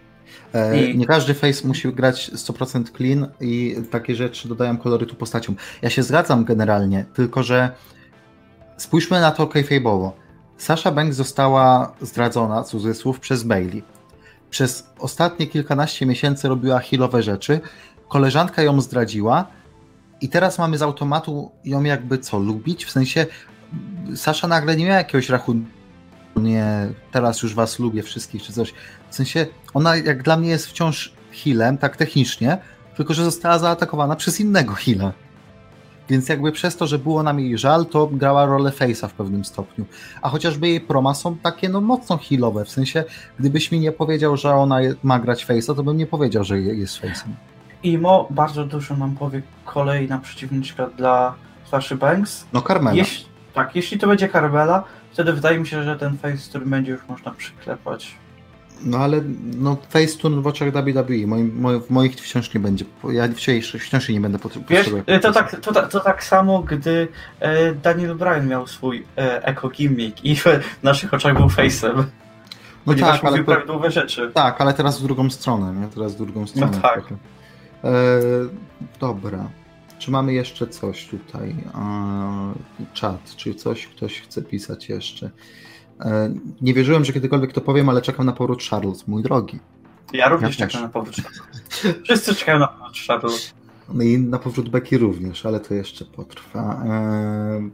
B: E, I... Nie każdy face musi grać sto procent clean i takie rzeczy dodają kolorytu postaciom. Ja się zgadzam generalnie, tylko że spójrzmy na to kayfabe'owo. Sasha Banks została zdradzona, cudzysłów, przez Bayley. Przez ostatnie kilkanaście miesięcy robiła healowe rzeczy, koleżanka ją zdradziła i teraz mamy z automatu ją jakby co, lubić? W sensie Sasha nagle nie miała jakiegoś rachunku, nie, teraz już was lubię wszystkich czy coś. W sensie ona jak dla mnie jest wciąż healem, tak technicznie, tylko że została zaatakowana przez innego heala. Więc jakby przez to, że było nam jej żal, to grała rolę face'a w pewnym stopniu. A chociażby jej proma są takie no mocno healowe, w sensie gdybyś mi nie powiedział, że ona ma grać face'a, to bym nie powiedział, że jest face'em.
C: Imo bardzo dużo nam powie kolejna przeciwniczka dla Sasha Banks.
B: No Carmella.
C: Jeśli, tak, jeśli to będzie Carmella, wtedy wydaje mi się, że ten face, który będzie już można przyklepać.
B: No ale no Faceturn w oczach W W E, moim, mo, w moich wciąż nie będzie, ja wciąż, wciąż nie będę potrzebował.
C: Wiesz, to tak, to, to tak samo, gdy e, Daniel Bryan miał swój e, eco-gimmick i w naszych oczach był face'em.
B: No
C: ponieważ
B: tak, ale
C: mówił
B: to,
C: prawidłowe rzeczy.
B: Tak, ale teraz w drugą stronę, nie? Teraz w drugą stronę.
C: No tak.
B: E, dobra. Czy mamy jeszcze coś tutaj? E, czat, czy coś ktoś chce pisać jeszcze? E, nie wierzyłem, że kiedykolwiek to powiem, ale czekam na powrót Charlotte, mój drogi.
C: Ja również
B: Ja
C: czekam
B: też.
C: na powrót Charlotte. Wszyscy czekają na powrót Charlotte.
B: No i na powrót Becky również, ale to jeszcze potrwa. E,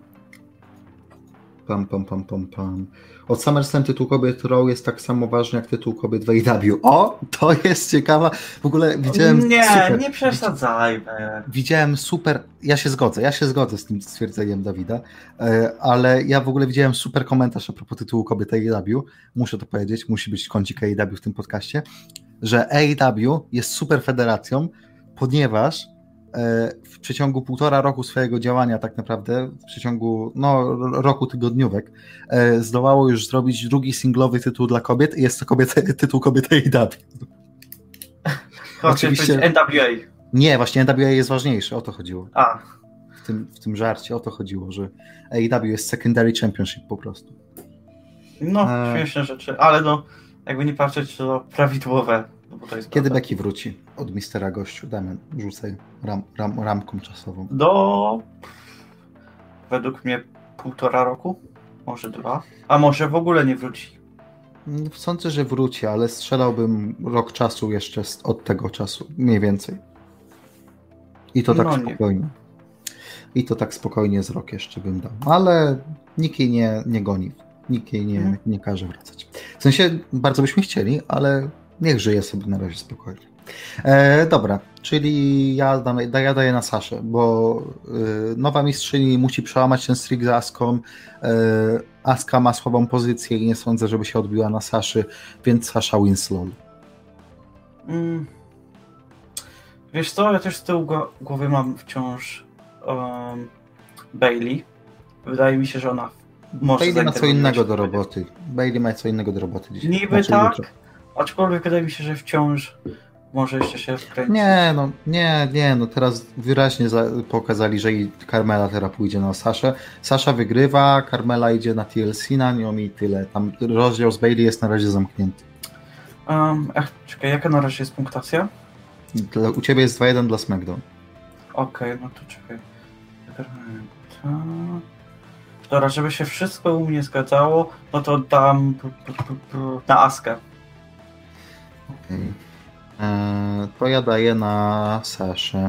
B: pam, pam, pam, pam, pam. Od SummerSlam tytuł kobiet Raw jest tak samo ważny jak tytuł kobiet w A E W. O, to jest ciekawa. W ogóle widziałem
C: Nie,
B: super.
C: nie przesadzajmy.
B: Widziałem super, ja się zgodzę, ja się zgodzę z tym stwierdzeniem Dawida, ale ja w ogóle widziałem super komentarz a propos tytułu kobiet A E W, muszę to powiedzieć, musi być kącik A E W w tym podcaście, że A E W jest super federacją, ponieważ w przeciągu półtora roku swojego działania tak naprawdę, w przeciągu no, roku tygodniówek, zdołało już zrobić drugi singlowy tytuł dla kobiet i jest to kobiet, tytuł kobiet A E W.
C: Oczywiście N W A.
B: Nie, właśnie N W A jest ważniejszy, o to chodziło.
C: A.
B: W tym, w tym żarcie o to chodziło, że A E W jest secondary championship po prostu.
C: No,
B: e...
C: śmieszne rzeczy, ale no, jakby nie patrzeć, to prawidłowe. No bo to jest
B: Kiedy
C: prawda.
B: Becky wróci od mistera gościu? Damian, rzucaj ram, ram, ramką czasową.
C: Do... według mnie półtora roku, może dwa, a może w ogóle nie wróci.
B: Sądzę, że wróci, ale strzelałbym rok czasu jeszcze od tego czasu, mniej więcej. I to tak
C: No nie.
B: spokojnie. I to tak spokojnie z rok jeszcze bym dał. Ale nikt jej nie, nie goni. Nikt jej nie,
C: Mhm.
B: nie każe wracać. W sensie bardzo byśmy chcieli, ale niech żyje sobie na razie spokojnie. E, dobra, czyli ja, dam, ja daję na Saszę, bo y, nowa mistrzyni musi przełamać ten streak z Aską. Y, Aska ma słabą pozycję i nie sądzę, żeby się odbiła na Saszy, więc Sasha Winslow.
C: Mm. Wiesz co, ja też z tyłu go- głowy mam wciąż um, Bayley. Wydaje mi się, że ona może
B: Bayley ma co
C: zainteresować
B: innego do
C: kobiet.
B: roboty. Bayley ma co innego do roboty dzisiaj.
C: Niby
B: Znaczy
C: tak,
B: jutro.
C: aczkolwiek wydaje mi się, że wciąż może jeszcze się wkręcić.
B: Nie, no, nie, nie, no teraz wyraźnie za, pokazali, że i Carmella teraz pójdzie na Saszę. Sasza wygrywa, Carmella idzie na T L C na nią i tyle. Tam rozdział z Bayley jest na razie zamknięty.
C: Um, ach, czekaj, jaka na razie jest punktacja?
B: Dla, u ciebie jest dwa jeden dla SmackDown.
C: Okej, no to czekaj. Ta... Dobra, żeby się wszystko u mnie zgadzało, no to dam p- p- p- p- na Askę.
B: Okay. Eee, to ja daję na Saszę.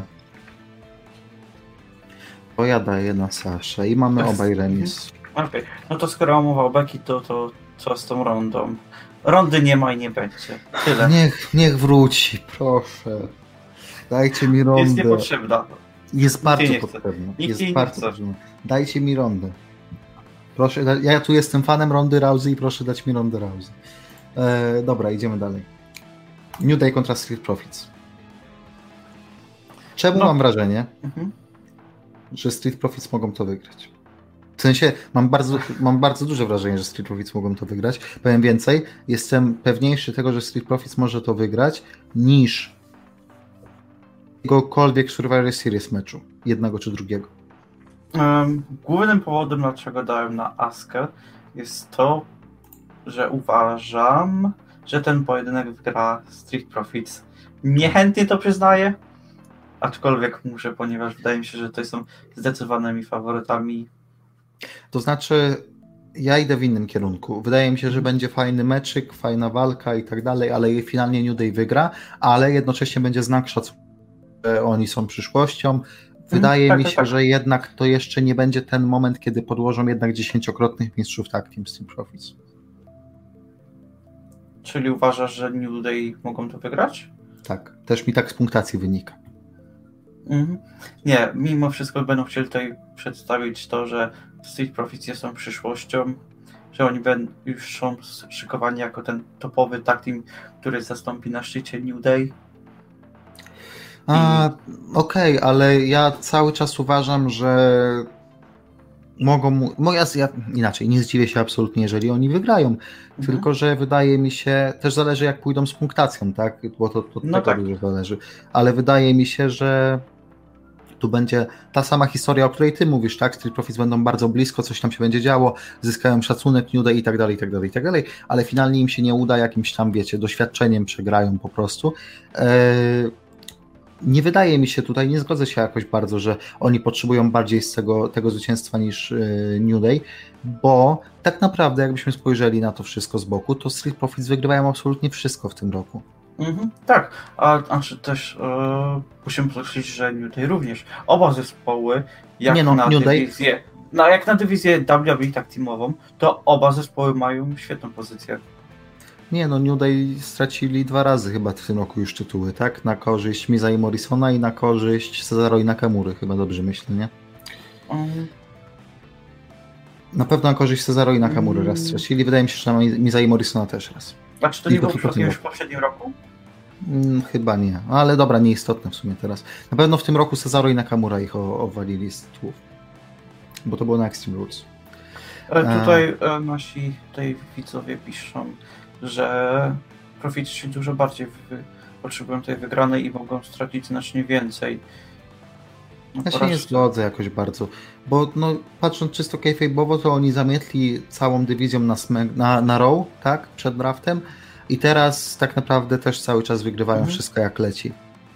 B: To ja daję na Saszę i mamy
C: Bez-
B: obaj remis.
C: Okej, no to skoro mowa o Becky, to, to co z tą rondą? Rondy nie ma i nie będzie. Tyle.
B: Niech, niech wróci, proszę. Dajcie mi rondę.
C: Jest niepotrzebna.
B: Jest bardzo
C: jej nie chce.
B: potrzebna.
C: Nikt
B: Jest
C: jej nie
B: bardzo
C: chce.
B: potrzebna. Dajcie mi rondę. Proszę, da- ja tu jestem fanem Rondy Rousey i proszę dać mi Rondę Rousey. E, dobra, idziemy dalej. New Day kontra Street Profits. Czemu
C: No.
B: mam wrażenie,
C: Mhm.
B: że Street Profits mogą to wygrać? W sensie, mam bardzo, mam bardzo duże wrażenie, że Street Profits mogą to wygrać. Powiem więcej, jestem pewniejszy tego, że Street Profits może to wygrać, niż jakiegokolwiek Survivor Series meczu. Jednego czy drugiego.
C: Um, głównym powodem, dlaczego dałem na Askę, jest to, że uważam, że ten pojedynek wygra Street Profits. Niechętnie to przyznaję, aczkolwiek muszę, ponieważ wydaje mi się, że to są zdecydowanymi faworytami.
B: To znaczy, ja idę w innym kierunku. Wydaje mi się, że będzie fajny meczyk, fajna walka i tak dalej, ale finalnie New Day wygra, ale jednocześnie będzie znak szacunku, że oni są przyszłością. Wydaje
C: tak,
B: mi
C: tak,
B: się,
C: tak.
B: że jednak to jeszcze nie będzie ten moment, kiedy podłożą jednak dziesięciokrotnych mistrzów tag team Street Profits.
C: Czyli uważasz, że New Day mogą to wygrać?
B: Tak, też mi tak z punktacji wynika.
C: Mhm. Nie, mimo wszystko będą chcieli tutaj przedstawić to, że Street Profits jest tą przyszłością, że oni będą już są szykowani jako ten topowy tag team, który zastąpi na szczycie New Day.
B: A, okej, okay, ale ja cały czas uważam, że mogą mu... No ja, ja inaczej, nie zdziwię się absolutnie, jeżeli oni wygrają, mhm. tylko że wydaje mi się, też zależy jak pójdą z punktacją, tak? Bo to, to
C: no
B: tego
C: tak.
B: dużo zależy, ale wydaje mi się, że tu będzie ta sama historia, o której ty mówisz, tak? Street Profits będą bardzo blisko, coś tam się będzie działo, zyskają szacunek New Day i tak dalej, i tak dalej, i tak dalej, ale finalnie im się nie uda jakimś tam, wiecie, doświadczeniem przegrają po prostu. Eee, nie wydaje mi się tutaj, nie zgodzę się jakoś bardzo, że oni potrzebują bardziej z tego, tego zwycięstwa niż yy, New Day, bo tak naprawdę jakbyśmy spojrzeli na to wszystko z boku, to Street Profits wygrywają absolutnie wszystko w tym roku.
C: Mhm, tak, a, a czy też e, musimy podkreślić, że New Day również. Oba zespoły, jak
B: Nie no,
C: na
B: New
C: dywizję, Day... no, jak na dywizję W W E tak teamową, to oba zespoły mają świetną pozycję.
B: Nie no, New Day stracili dwa razy chyba w tym roku już tytuły, tak? Na korzyść Miza i Morrisona i na korzyść Cesaro i Nakamury, chyba dobrze myślę, nie?
C: Um...
B: Na pewno na korzyść Cesaro i Nakamury um... raz stracili, wydaje mi się, że na Miza i Morrisona też raz.
C: A czy to nie było przypadkiem już w poprzednim roku?
B: Hmm, chyba nie, ale dobra, nieistotne w sumie teraz. Na pewno w tym roku Cesaro i Nakamura ich owalili z tłów, bo to było na Extreme Rules.
C: E, tutaj e, nasi tutaj widzowie piszą, że Profitsi dużo bardziej wy, potrzebują tej wygranej i mogą stracić znacznie więcej.
B: No, ja się nie zgodzę jakoś bardzo, bo no, patrząc czysto kayfabe'owo, to oni zamietli całą dywizją na, na, na Raw, tak, przed draftem i teraz tak naprawdę też cały czas wygrywają mhm. wszystko jak leci.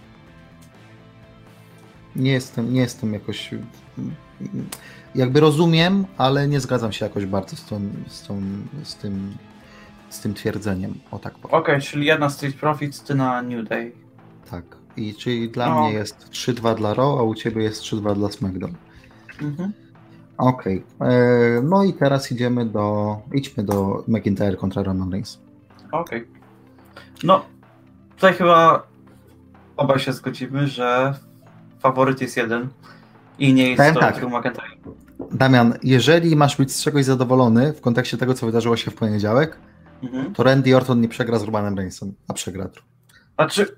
B: Nie jestem, nie jestem jakoś... Jakby rozumiem, ale nie zgadzam się jakoś bardzo z, tą, z, tą, z, tym, z tym twierdzeniem, o tak powiem.
C: Okej, okay, czyli jedna Street Profits, ty na New Day.
B: Tak, i czyli dla
C: no.
B: mnie jest trzy dwa dla Raw, a u ciebie jest trzy dwa dla SmackDown.
C: Mhm.
B: Okej, okay. No i teraz idziemy do, idźmy do McIntyre kontra Roman Reigns.
C: Okej. Okay. No, tutaj chyba obaj się zgodzimy, że faworyt jest jeden i nie jest Powiem to tak. Drew McIntyre.
B: Damian, jeżeli masz być z czegoś zadowolony w kontekście tego, co wydarzyło się w poniedziałek, mhm. to Randy Orton nie przegra z Romanem Reignsem, a przegra.
C: Znaczy...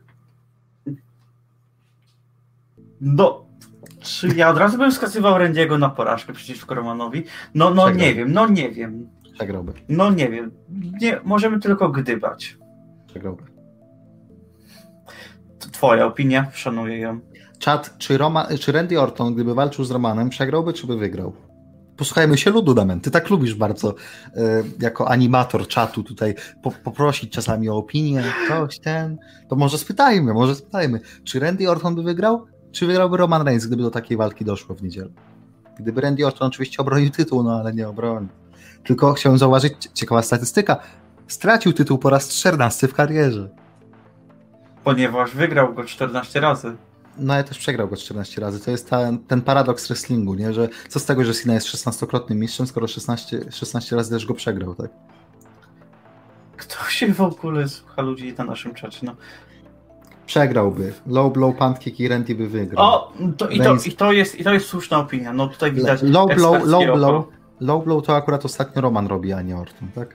C: No, czy ja od razu bym wskazywał Randy'ego na porażkę przeciwko Romanowi? No, no nie wiem, no nie wiem.
B: Przegrałby.
C: No nie wiem. Nie, możemy tylko gdybać.
B: Przegrałby.
C: To twoja opinia, szanuję ją.
B: Czat, czy, Roman, czy Randy Orton, gdyby walczył z Romanem, przegrałby, czy by wygrał? Posłuchajmy się ludu, Damian. Ty tak lubisz bardzo y, jako animator czatu tutaj po, poprosić czasami o opinię, coś ten. To może spytajmy, może spytajmy, czy Randy Orton by wygrał, czy wygrałby Roman Reigns, gdyby do takiej walki doszło w niedzielę? Gdyby Randy Orton oczywiście obronił tytuł, no ale nie obronił. Tylko chciałem zauważyć, ciekawa statystyka, stracił tytuł po raz czternasty w karierze.
C: Ponieważ wygrał go czternaście razy.
B: No ja też przegrał go czternaście razy. To jest ta, ten paradoks wrestlingu, nie? Że co z tego, że Cena jest szesnastokrotnym mistrzem, skoro szesnaście, szesnaście razy też go przegrał, tak?
C: Kto się w ogóle słucha ludzi na naszym czacie, no.
B: Przegrałby. Low blow, pancake i Randy by wygrał.
C: O, to, i, to, i, to jest, i to jest słuszna opinia. No tutaj widać
B: low blow, low blow, low blow to akurat ostatnio Roman robi, a nie Orton, tak?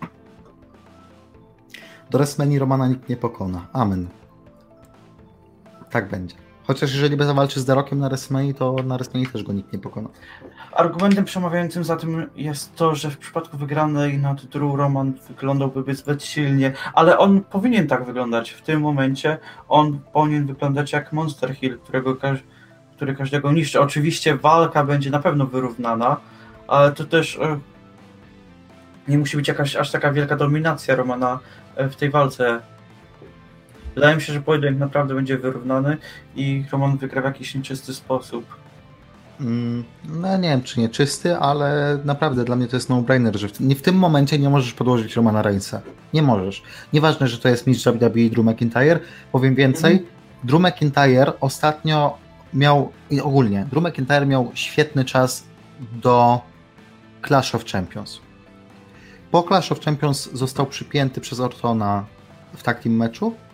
B: Do WrestleMania Romana nikt nie pokona. Amen. Tak będzie. Chociaż jeżeli by zawalczył z The Rockiem na WrestleMania, to na WrestleMania też go nikt nie pokona.
C: Argumentem przemawiającym za tym jest to, że w przypadku wygranej nad Drew Roman wyglądałby zbyt silnie, ale on powinien tak wyglądać. W tym momencie on powinien wyglądać jak Monster Hill, którego każ- który każdego niszczy. Oczywiście walka będzie na pewno wyrównana, ale to też e, nie musi być jakaś aż taka wielka dominacja Romana e, w tej walce. Wydaje mi się, że pojedynek naprawdę będzie wyrównany i Roman wygra w jakiś nieczysty sposób.
B: Mm, no nie wiem, czy nie czysty, ale naprawdę dla mnie to jest no-brainer, że w, nie w tym momencie nie możesz podłożyć Romana Reignsa. Nie możesz. Nieważne, że to jest mistrz W W E Drew McIntyre. Powiem więcej, mm-hmm. Drew McIntyre ostatnio miał, i ogólnie, Drew McIntyre miał świetny czas do Clash of Champions. Po Clash of Champions został przypięty przez Ortona w takim meczu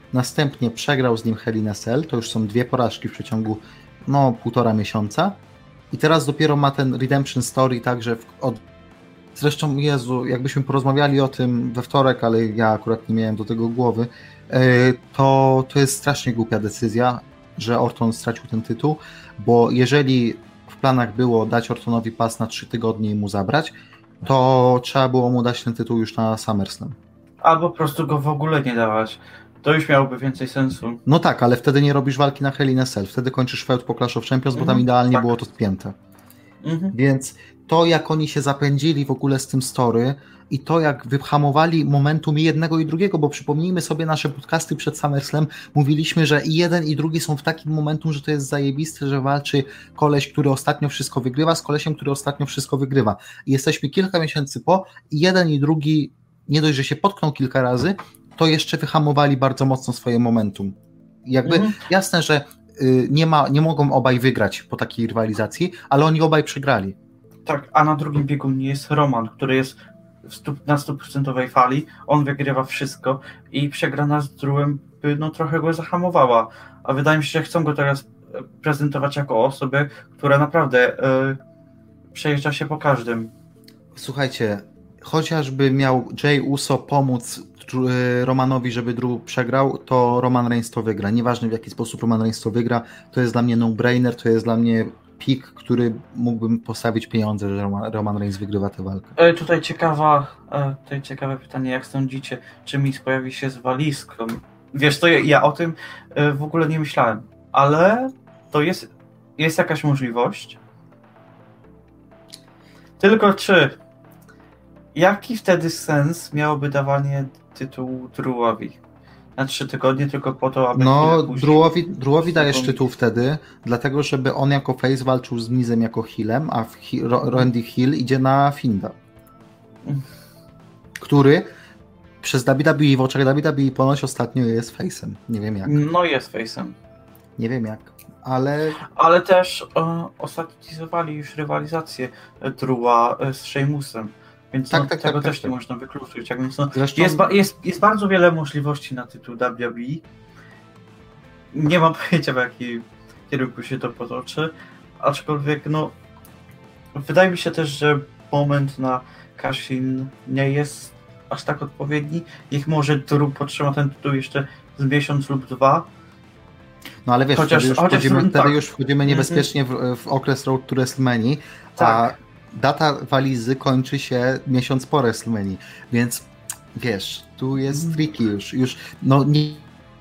B: następnie przegrał z nim Hell in a Cell, to już są dwie porażki w przeciągu no półtora miesiąca i teraz dopiero ma ten Redemption Story, także w, od... zresztą Jezu, jakbyśmy porozmawiali o tym we wtorek, ale ja akurat nie miałem do tego głowy, to, to jest strasznie głupia decyzja, że Orton stracił ten tytuł, bo jeżeli w planach było dać Ortonowi pas na trzy tygodnie i mu zabrać, to trzeba było mu dać ten tytuł już na SummerSlam.
C: Albo po prostu go w ogóle nie dawać. To już miałoby więcej sensu.
B: No tak, ale wtedy nie robisz walki na Hell in a Cell, wtedy kończysz feud po Clash of Champions, bo tam
C: Mhm,
B: idealnie
C: tak.
B: było to spięte.
C: Mhm.
B: Więc to, jak oni się zapędzili w ogóle z tym story i to, jak wyhamowali momentum i jednego i drugiego, bo przypomnijmy sobie nasze podcasty przed SummerSlam, mówiliśmy, że i jeden i drugi są w takim momentum, że to jest zajebiste, że walczy koleś, który ostatnio wszystko wygrywa z kolesiem, który ostatnio wszystko wygrywa. I jesteśmy kilka miesięcy po i jeden i drugi nie dość, że się potknął kilka razy, to jeszcze wyhamowali bardzo mocno swoje momentum. Jakby
C: Mhm.
B: jasne, że y, nie, ma, nie mogą obaj wygrać po takiej rywalizacji, ale oni obaj przegrali.
C: Tak, a na drugim biegunie jest Roman, który jest w stu, na stuprocentowej fali, on wygrywa wszystko i przegrana z Drewem by no trochę go zahamowała, a wydaje mi się, że chcą go teraz prezentować jako osobę, która naprawdę y, przejeżdża się po każdym.
B: Słuchajcie, chociażby miał Jey Uso pomóc Romanowi, żeby Drew przegrał, to Roman Reigns to wygra. Nieważne w jaki sposób Roman Reigns to wygra, to jest dla mnie no-brainer, to jest dla mnie pik, który mógłbym postawić pieniądze, że Roman, Roman Reigns wygrywa tę walkę.
C: E, tutaj ciekawa, e, tutaj ciekawe pytanie, jak sądzicie, czy Miz pojawi się z walizką? Wiesz, to ja, ja o tym e, w ogóle nie myślałem, ale to jest, jest jakaś możliwość. Tylko czy jaki wtedy sens miałoby dawanie tytułu Drewowi? Na trzy tygodnie tylko po to, aby...
B: No,
C: później...
B: Drewowi, Drewowi dajesz tytuł wtedy, dlatego żeby on jako face walczył z Mizem jako healem, a he, Randy Hill idzie na Finda. Który przez W W E w oczach W W E ponoć ostatnio jest face'em. Nie wiem jak.
C: No jest face'em.
B: Nie wiem jak, ale...
C: Ale też e, ostatnizowali już rywalizację Drewa z Sheamusem. Więc
B: Tak,
C: no,
B: tak,
C: tego
B: tak,
C: też
B: tak,
C: nie
B: tak.
C: można wykluczyć. Jak więc no,
B: Zresztą...
C: jest, ba- jest, jest bardzo wiele możliwości na tytuł W W E. Nie mam pojęcia, w jakim kierunku się to potoczy. Aczkolwiek, no, wydaje mi się też, że moment na cash-in nie jest aż tak odpowiedni. Niech może Drew potrzyma ten tytuł jeszcze z miesiąc lub dwa.
B: No ale wiesz,
C: Chociaż-
B: wtedy, już,
C: chociaż
B: wchodzimy,
C: tak.
B: wtedy już wchodzimy niebezpiecznie w, w okres Road to WrestleMania,
C: Tak.
B: a data walizy kończy się miesiąc po WrestleMania, więc wiesz, tu jest tricky już, już no nie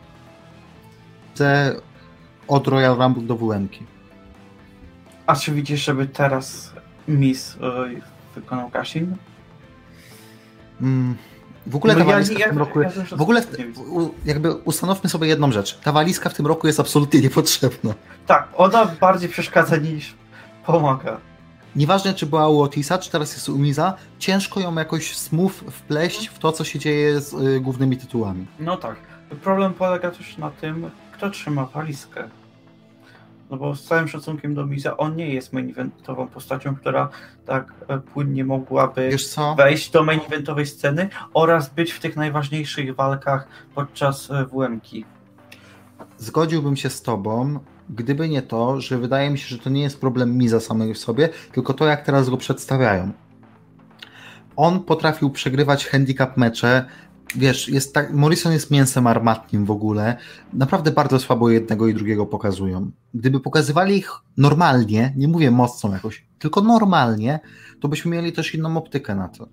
B: chcę od Royal Rumble do W M-ki.
C: A czy widzisz, żeby teraz Miz y, wykonał cash-in?
B: Mm, w ogóle
C: No
B: ta
C: ja-
B: walizka w
C: ja-
B: tym roku,
C: ja też
B: w ogóle
C: nie widzę.
B: u, jakby ustanowmy sobie jedną rzecz, ta walizka w tym roku jest absolutnie niepotrzebna.
C: Tak, ona bardziej przeszkadza niż pomaga.
B: Nieważne, czy była u Otisa, czy teraz jest u Miza, ciężko ją jakoś smooth wpleść w to, co się dzieje z y, głównymi tytułami.
C: No tak. Problem polega też na tym, kto trzyma walizkę. No bo z całym szacunkiem do Miza, on nie jest main eventową postacią, która tak e, płynnie mogłaby
B: Wiesz co?
C: wejść do main eventowej sceny oraz być w tych najważniejszych walkach podczas e, W M-ki.
B: Zgodziłbym się z tobą, gdyby nie to, że wydaje mi się, że to nie jest problem Miza samego w sobie, tylko to, jak teraz go przedstawiają. On potrafił przegrywać handicap mecze, wiesz, jest tak, Morrison jest mięsem armatnim w ogóle, naprawdę bardzo słabo jednego i drugiego pokazują. Gdyby pokazywali ich normalnie, nie mówię mocno jakoś, tylko normalnie, to byśmy mieli też inną optykę na to.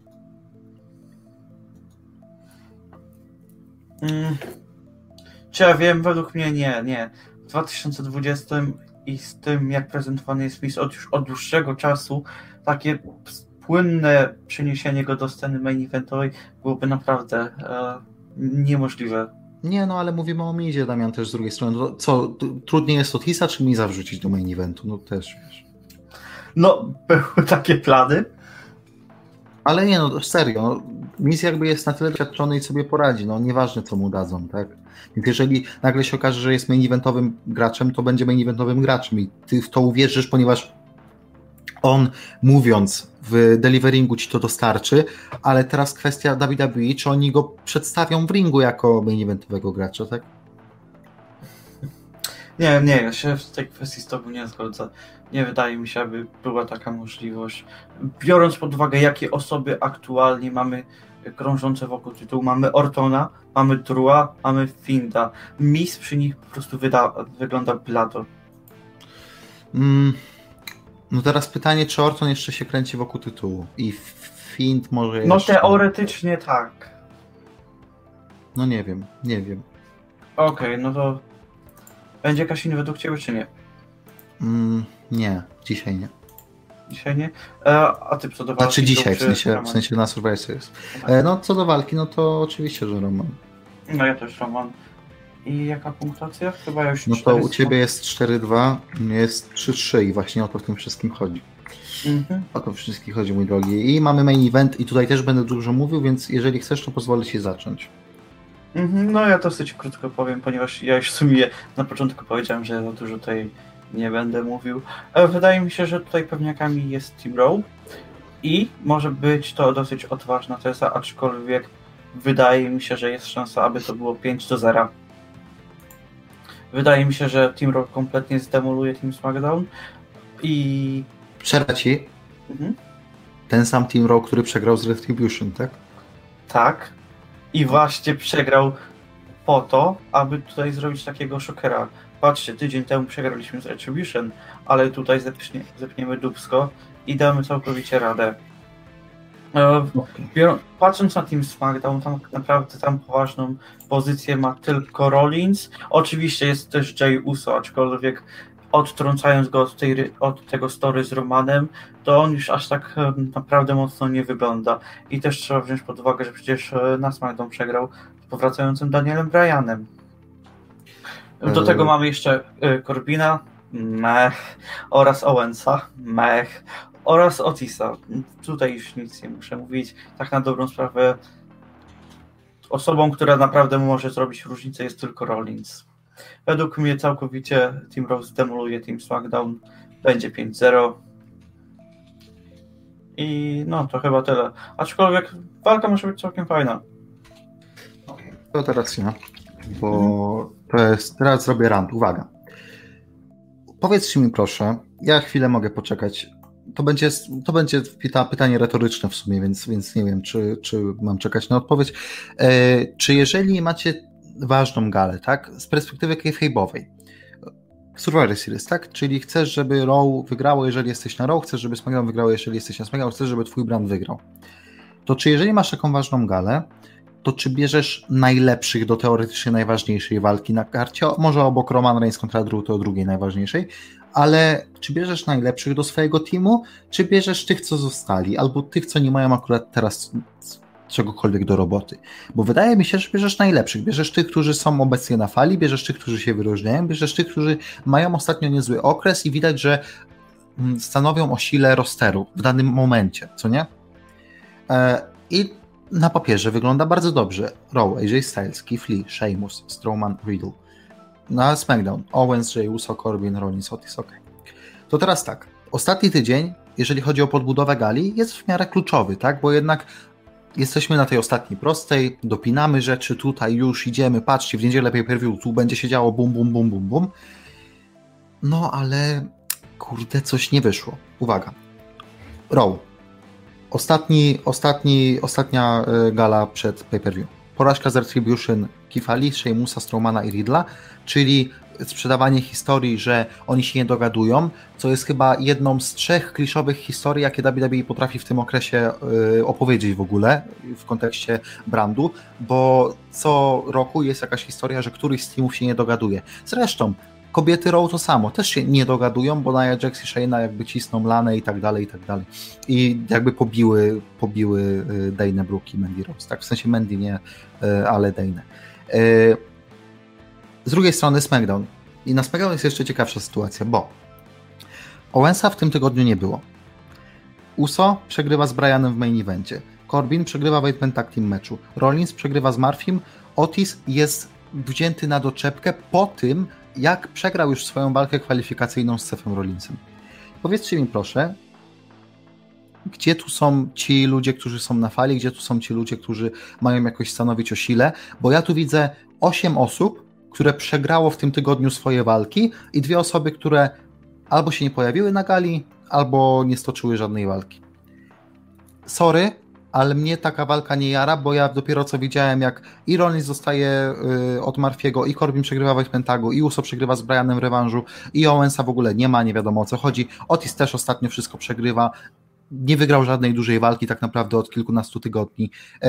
C: Mm. Czy ja wiem, według mnie nie, nie. W dwa tysiące dwudziestym i z tym, jak prezentowany jest Miz od już od dłuższego czasu, takie płynne przeniesienie go do sceny main eventowej byłoby naprawdę e, niemożliwe.
B: Nie, no ale mówimy o Mizie, Damian, też z drugiej strony. To co, t- trudniej jest Otisa czy Miza wrzucić do main eventu? No też, wiesz.
C: No, były takie plany.
B: Ale nie, no serio, no, Miz jakby jest na tyle doświadczony i sobie poradzi, no nieważne co mu dadzą, tak? Więc jeżeli nagle się okaże, że jest main eventowym graczem, to będzie main eventowym graczem i ty w to uwierzysz, ponieważ on mówiąc w deliveringu ci to dostarczy, ale teraz kwestia W W E, czy oni go przedstawią w ringu jako main eventowego gracza, tak?
C: Nie, nie, ja się w tej kwestii z tobą nie zgodzę. Nie wydaje mi się, aby była taka możliwość. Biorąc pod uwagę, jakie osoby aktualnie mamy krążące wokół tytułu, mamy Ortona, mamy Drua, mamy Finda. Miss przy nich po prostu wyda, wygląda blado.
B: Mm, no teraz pytanie, czy Orton jeszcze się kręci wokół tytułu i Find może
C: No
B: jeszcze...
C: teoretycznie tak.
B: No nie wiem, nie wiem.
C: Okej, okay, no to będzie Cash-in według ciebie, czy nie?
B: Mm, nie, dzisiaj nie.
C: Dzisiaj nie? E, a ty co do walki?
B: Znaczy dzisiaj, w
C: czy
B: sensie,
C: Roman?
B: w sensie na Survivor Series. E, no co do walki, no to oczywiście, że Roman.
C: No ja też Roman. I jaka punktacja? Chyba już
B: No to u ciebie jest cztery dwa, jest trzy trzy i właśnie o to w tym wszystkim chodzi. Mhm. O to wszystkim chodzi, mój drogi. I mamy main event i tutaj też będę dużo mówił, więc jeżeli chcesz, to pozwolę ci zacząć.
C: Mhm. No ja dosyć krótko powiem, ponieważ ja już w sumie na początku powiedziałem, że za dużo tutaj nie będę mówił. Wydaje mi się, że tutaj pewniakami jest Team Raw i może być to dosyć odważna teza, aczkolwiek wydaje mi się, że jest szansa, aby to było pięć do zera. Wydaje mi się, że Team Raw kompletnie zdemoluje Team SmackDown i...
B: Przerwę ci. Mhm. Ten sam Team Raw, który przegrał z Retribution, tak?
C: Tak. I właśnie przegrał po to, aby tutaj zrobić takiego szokera. Patrzcie, tydzień temu przegraliśmy z Retribution, ale tutaj zepnie, zepniemy dupsko i damy całkowicie radę. Biorą, patrząc na Team SmackDown, tam naprawdę tam poważną pozycję ma tylko Rollins. Oczywiście jest też Jey Uso, aczkolwiek odtrącając go od, tej, od tego story z Romanem, to on już aż tak naprawdę mocno nie wygląda. I też trzeba wziąć pod uwagę, że przecież na SmackDown przegrał z powracającym Danielem Bryanem. Do tego hmm. mamy jeszcze Corbina, mech, oraz Owensa, mech, oraz Otisa. Tutaj już nic nie muszę mówić. Tak na dobrą sprawę osobą, która naprawdę może zrobić różnicę, jest tylko Rollins. Według mnie całkowicie Team Raw zdemoluje Team SmackDown. Będzie pięć zero. I no, to chyba tyle. Aczkolwiek walka może być całkiem fajna.
B: To teraz ja, bo to jest, teraz zrobię rant. Uwaga. Powiedzcie mi proszę, ja chwilę mogę poczekać. To będzie, to będzie pytanie retoryczne w sumie, więc, więc nie wiem, czy, czy mam czekać na odpowiedź. E, czy jeżeli macie ważną galę, tak, z perspektywy kayfabe'owej, Survivor Series, tak, czyli chcesz, żeby Raw wygrało, jeżeli jesteś na Raw, chcesz, żeby SmackDown wygrało, jeżeli jesteś na SmackDown, chcesz, żeby twój brand wygrał, to czy jeżeli masz taką ważną galę, to czy bierzesz najlepszych do teoretycznie najważniejszej walki na karcie, może obok Roman Reigns kontra Drew, to drugiej najważniejszej, ale czy bierzesz najlepszych do swojego teamu, czy bierzesz tych, co zostali, albo tych, co nie mają akurat teraz czegokolwiek do roboty. Bo wydaje mi się, że bierzesz najlepszych. Bierzesz tych, którzy są obecnie na fali, bierzesz tych, którzy się wyróżniają, bierzesz tych, którzy mają ostatnio niezły okres i widać, że stanowią o sile rosteru w danym momencie, co nie? I na papierze wygląda bardzo dobrze. Raw, A J Styles, Keith Lee, Sheamus, Strowman, Riddle. Na SmackDown Owens, Jey Uso, Corbin, Rollins, Otis, ok. To teraz tak. Ostatni tydzień, jeżeli chodzi o podbudowę gali, jest w miarę kluczowy, tak? Bo jednak jesteśmy na tej ostatniej prostej, dopinamy rzeczy, tutaj już idziemy, patrzcie, w niedzielę pay-per-view, tu będzie się działo bum, bum, bum, bum, bum. No ale kurde, coś nie wyszło. Uwaga. Raw. Ostatni, ostatni, ostatnia gala przed pay-per-view. Porażka z Retribution, Keitha Lee, Sheamusa, Strowmana i Riddla, czyli sprzedawanie historii, że oni się nie dogadują, co jest chyba jedną z trzech kliszowych historii, jakie W W E potrafi w tym okresie y, opowiedzieć w ogóle w kontekście brandu, bo co roku jest jakaś historia, że któryś z teamów się nie dogaduje. Zresztą kobiety Raw to samo, też się nie dogadują, bo Nia Jax i Shayna jakby cisną Lanę i tak dalej, i tak dalej. I jakby pobiły, pobiły Dane Brooke i Mandy Rose, tak? W sensie Mandy nie, ale Dane. Z drugiej strony SmackDown. I na SmackDown jest jeszcze ciekawsza sytuacja, bo Owensa w tym tygodniu nie było. Uso przegrywa z Bryanem w main evencie. Corbin przegrywa w eight-man tag team meczu. Rollins przegrywa z Murphym. Otis jest wzięty na doczepkę po tym, jak przegrał już swoją walkę kwalifikacyjną z Sethem Rollinsem. Powiedzcie mi proszę, gdzie tu są ci ludzie, którzy są na fali, gdzie tu są ci ludzie, którzy mają jakoś stanowić o sile, bo ja tu widzę osiem osób, które przegrało w tym tygodniu swoje walki i dwie osoby, które albo się nie pojawiły na gali, albo nie stoczyły żadnej walki. Sorry, ale mnie taka walka nie jara, bo ja dopiero co widziałem, jak i Rollins zostaje y, od Murphy'ego, i Corbin przegrywa w Pentagu, i Uso przegrywa z Brianem w rewanżu, i Owensa w ogóle nie ma, nie wiadomo o co chodzi. Otis też ostatnio wszystko przegrywa. Nie wygrał żadnej dużej walki tak naprawdę od kilkunastu tygodni. Y,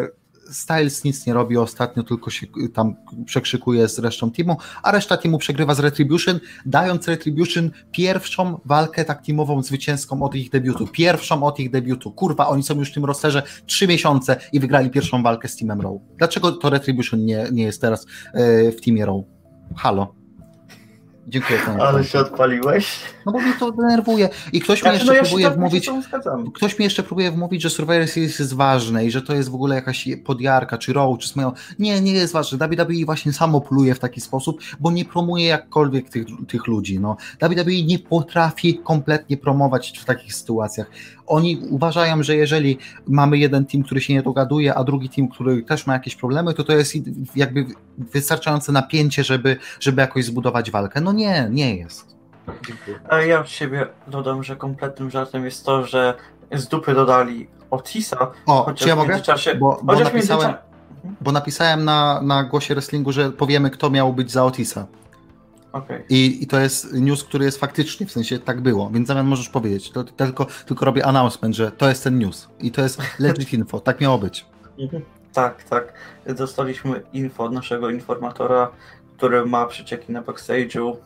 B: Styles nic nie robi ostatnio, tylko się tam przekrzykuje z resztą teamu, a reszta teamu przegrywa z Retribution, dając Retribution pierwszą walkę tak teamową zwycięską od ich debiutu. Pierwszą od ich debiutu. Kurwa, oni są już w tym rosterze trzy miesiące i wygrali pierwszą walkę z Teamem Raw. Dlaczego to Retribution nie, nie jest teraz yy, w Teamie Raw? Halo. Dziękuję.
C: Ale się odpaliłeś.
B: No bo mnie to denerwuje. I ktoś mi jeszcze
C: no ja
B: próbuje
C: tak
B: wmówić. Ktoś mi jeszcze próbuje wmówić, że Survivor Series jest ważne i że to jest w ogóle jakaś podjarka, czy Raw, czy SmackDown. Nie, nie jest ważne. W W W E właśnie samo pluje w taki sposób, bo nie promuje jakkolwiek tych, tych ludzi. No. W W W E nie potrafi kompletnie promować w takich sytuacjach. Oni uważają, że jeżeli mamy jeden team, który się nie dogaduje, a drugi team, który też ma jakieś problemy, to to jest jakby wystarczające napięcie, żeby, żeby jakoś zbudować walkę. No nie, nie jest. Dziękuję.
C: A ja od siebie dodam, że kompletnym żartem jest to, że z dupy dodali Otisa.
B: O, czy ja mogę? Bo, bo, napisałem,
C: międzyczasie...
B: bo napisałem na, na głosie wrestlingu, że powiemy, kto miał być za Otisa.
C: Okay.
B: I, I to jest news, który jest faktycznie, w sensie tak było, więc zamiast możesz powiedzieć, to, to tylko, tylko robię announcement, że to jest ten news i to jest legit info, tak miało być.
C: Tak, tak. Dostaliśmy info od naszego informatora, który ma przecieki na backstage'u.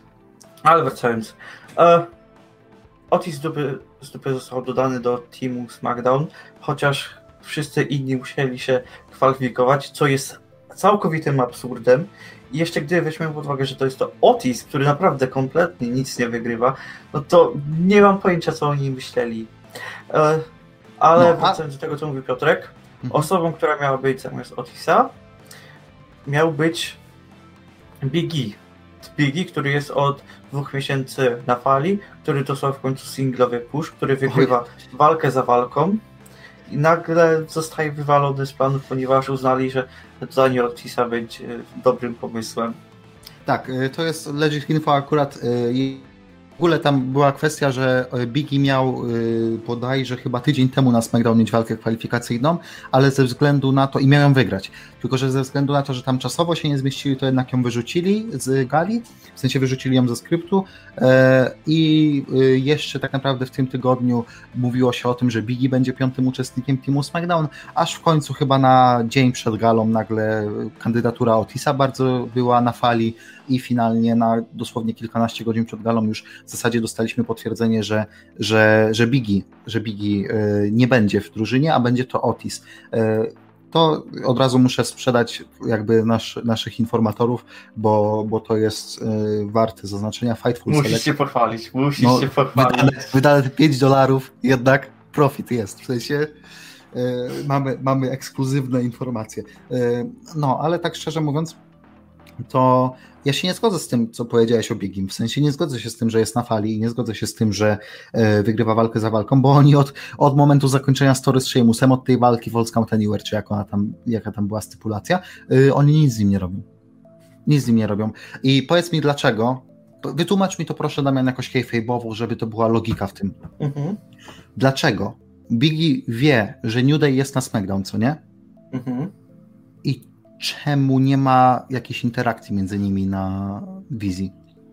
C: Ale wracając. E, Otis z dupy, z dupy został dodany do teamu SmackDown, chociaż wszyscy inni musieli się kwalifikować, co jest całkowitym absurdem. I jeszcze gdy weźmiemy pod uwagę, że to jest to Otis, który naprawdę kompletnie nic nie wygrywa, no to nie mam pojęcia, co oni myśleli. E, ale no, a... wracając do tego, co mówi Piotrek, mhm. osobą, która miała być zamiast Otisa, miał być Big E. Big E, który jest od dwóch miesięcy na fali, który dostał w końcu singlowy push, który wygrywa Oj. walkę za walką i nagle zostaje wywalony z planów, ponieważ uznali, że dodanie Otisa będzie dobrym pomysłem.
B: Tak, to jest legit info akurat. W ogóle tam była kwestia, że Big E miał bodajże chyba tydzień temu na SmackDown mieć walkę kwalifikacyjną, ale ze względu na to, i miał ją wygrać, tylko że ze względu na to, że tam czasowo się nie zmieścili, to jednak ją wyrzucili z gali, w sensie wyrzucili ją ze skryptu i jeszcze tak naprawdę w tym tygodniu mówiło się o tym, że Big E będzie piątym uczestnikiem teamu SmackDown, aż w końcu chyba na dzień przed galą nagle kandydatura Otisa bardzo była na fali i finalnie na dosłownie kilkanaście godzin przed galą już w zasadzie dostaliśmy potwierdzenie, że, że, że Big E, że Big E nie będzie w drużynie, a będzie to Otis. To od razu muszę sprzedać jakby nasz, naszych informatorów, bo, bo to jest warte zaznaczenia. Fightful
C: Musisz
B: Select.
C: się pochwalić, musisz no, się pochwalić.
B: Wydane, wydane pięć dolarów, jednak profit jest, w sensie mamy, mamy ekskluzywne informacje. No, ale tak szczerze mówiąc, to ja się nie zgodzę z tym, co powiedziałeś o Big E. W sensie nie zgodzę się z tym, że jest na fali i nie zgodzę się z tym, że e, wygrywa walkę za walką, bo oni od, od momentu zakończenia story z Sheamusem, od tej walki Falls Count Anywhere, czy jak ona tam, jaka tam była stypulacja, e, oni nic z nim nie robią. Nic z nim nie robią. I powiedz mi dlaczego, wytłumacz mi to proszę, Damian, jakoś kayfabe'owo, żeby to była logika w tym. Mhm. Dlaczego Big E wie, że New Day jest na SmackDown, co nie? Mhm. I czemu nie ma jakiejś interakcji między nimi na wizji?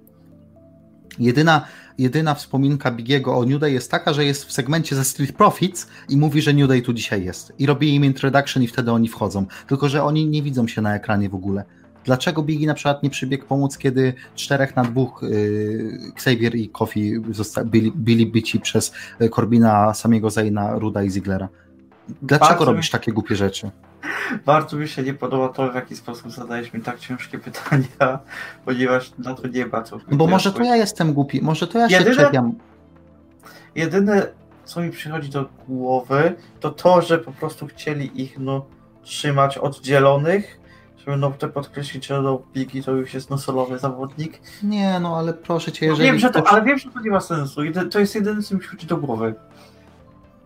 B: Jedyna, jedyna wspominka Bigiego o New Day jest taka, że jest w segmencie ze Street Profits i mówi, że New Day tu dzisiaj jest. I robi im introduction i wtedy oni wchodzą. Tylko że oni nie widzą się na ekranie w ogóle. Dlaczego Big E na przykład nie przybiegł pomóc, kiedy czterech na dwóch yy, Xavier i Kofi zosta- byli, byli byci przez Corbina, samego Zayna, Ruda i Ziglera? Dlaczego Bardzo robisz mi... takie głupie rzeczy?
C: Bardzo mi się nie podoba to, w jaki sposób zadajesz mi tak ciężkie pytania, ponieważ na to nie ma co.
B: No bo może to ja jestem głupi, może to ja się jedyne, czepiam.
C: Jedyne, co mi przychodzi do głowy, to to, że po prostu chcieli ich no, trzymać oddzielonych, żeby no to podkreślić, że no, Big E to już jest nosolowy zawodnik.
B: Nie, no ale proszę cię,
C: no,
B: jeżeli...
C: Wiem, że to, ale wiem, że to nie ma sensu. To jest jedyne, co mi przychodzi do głowy.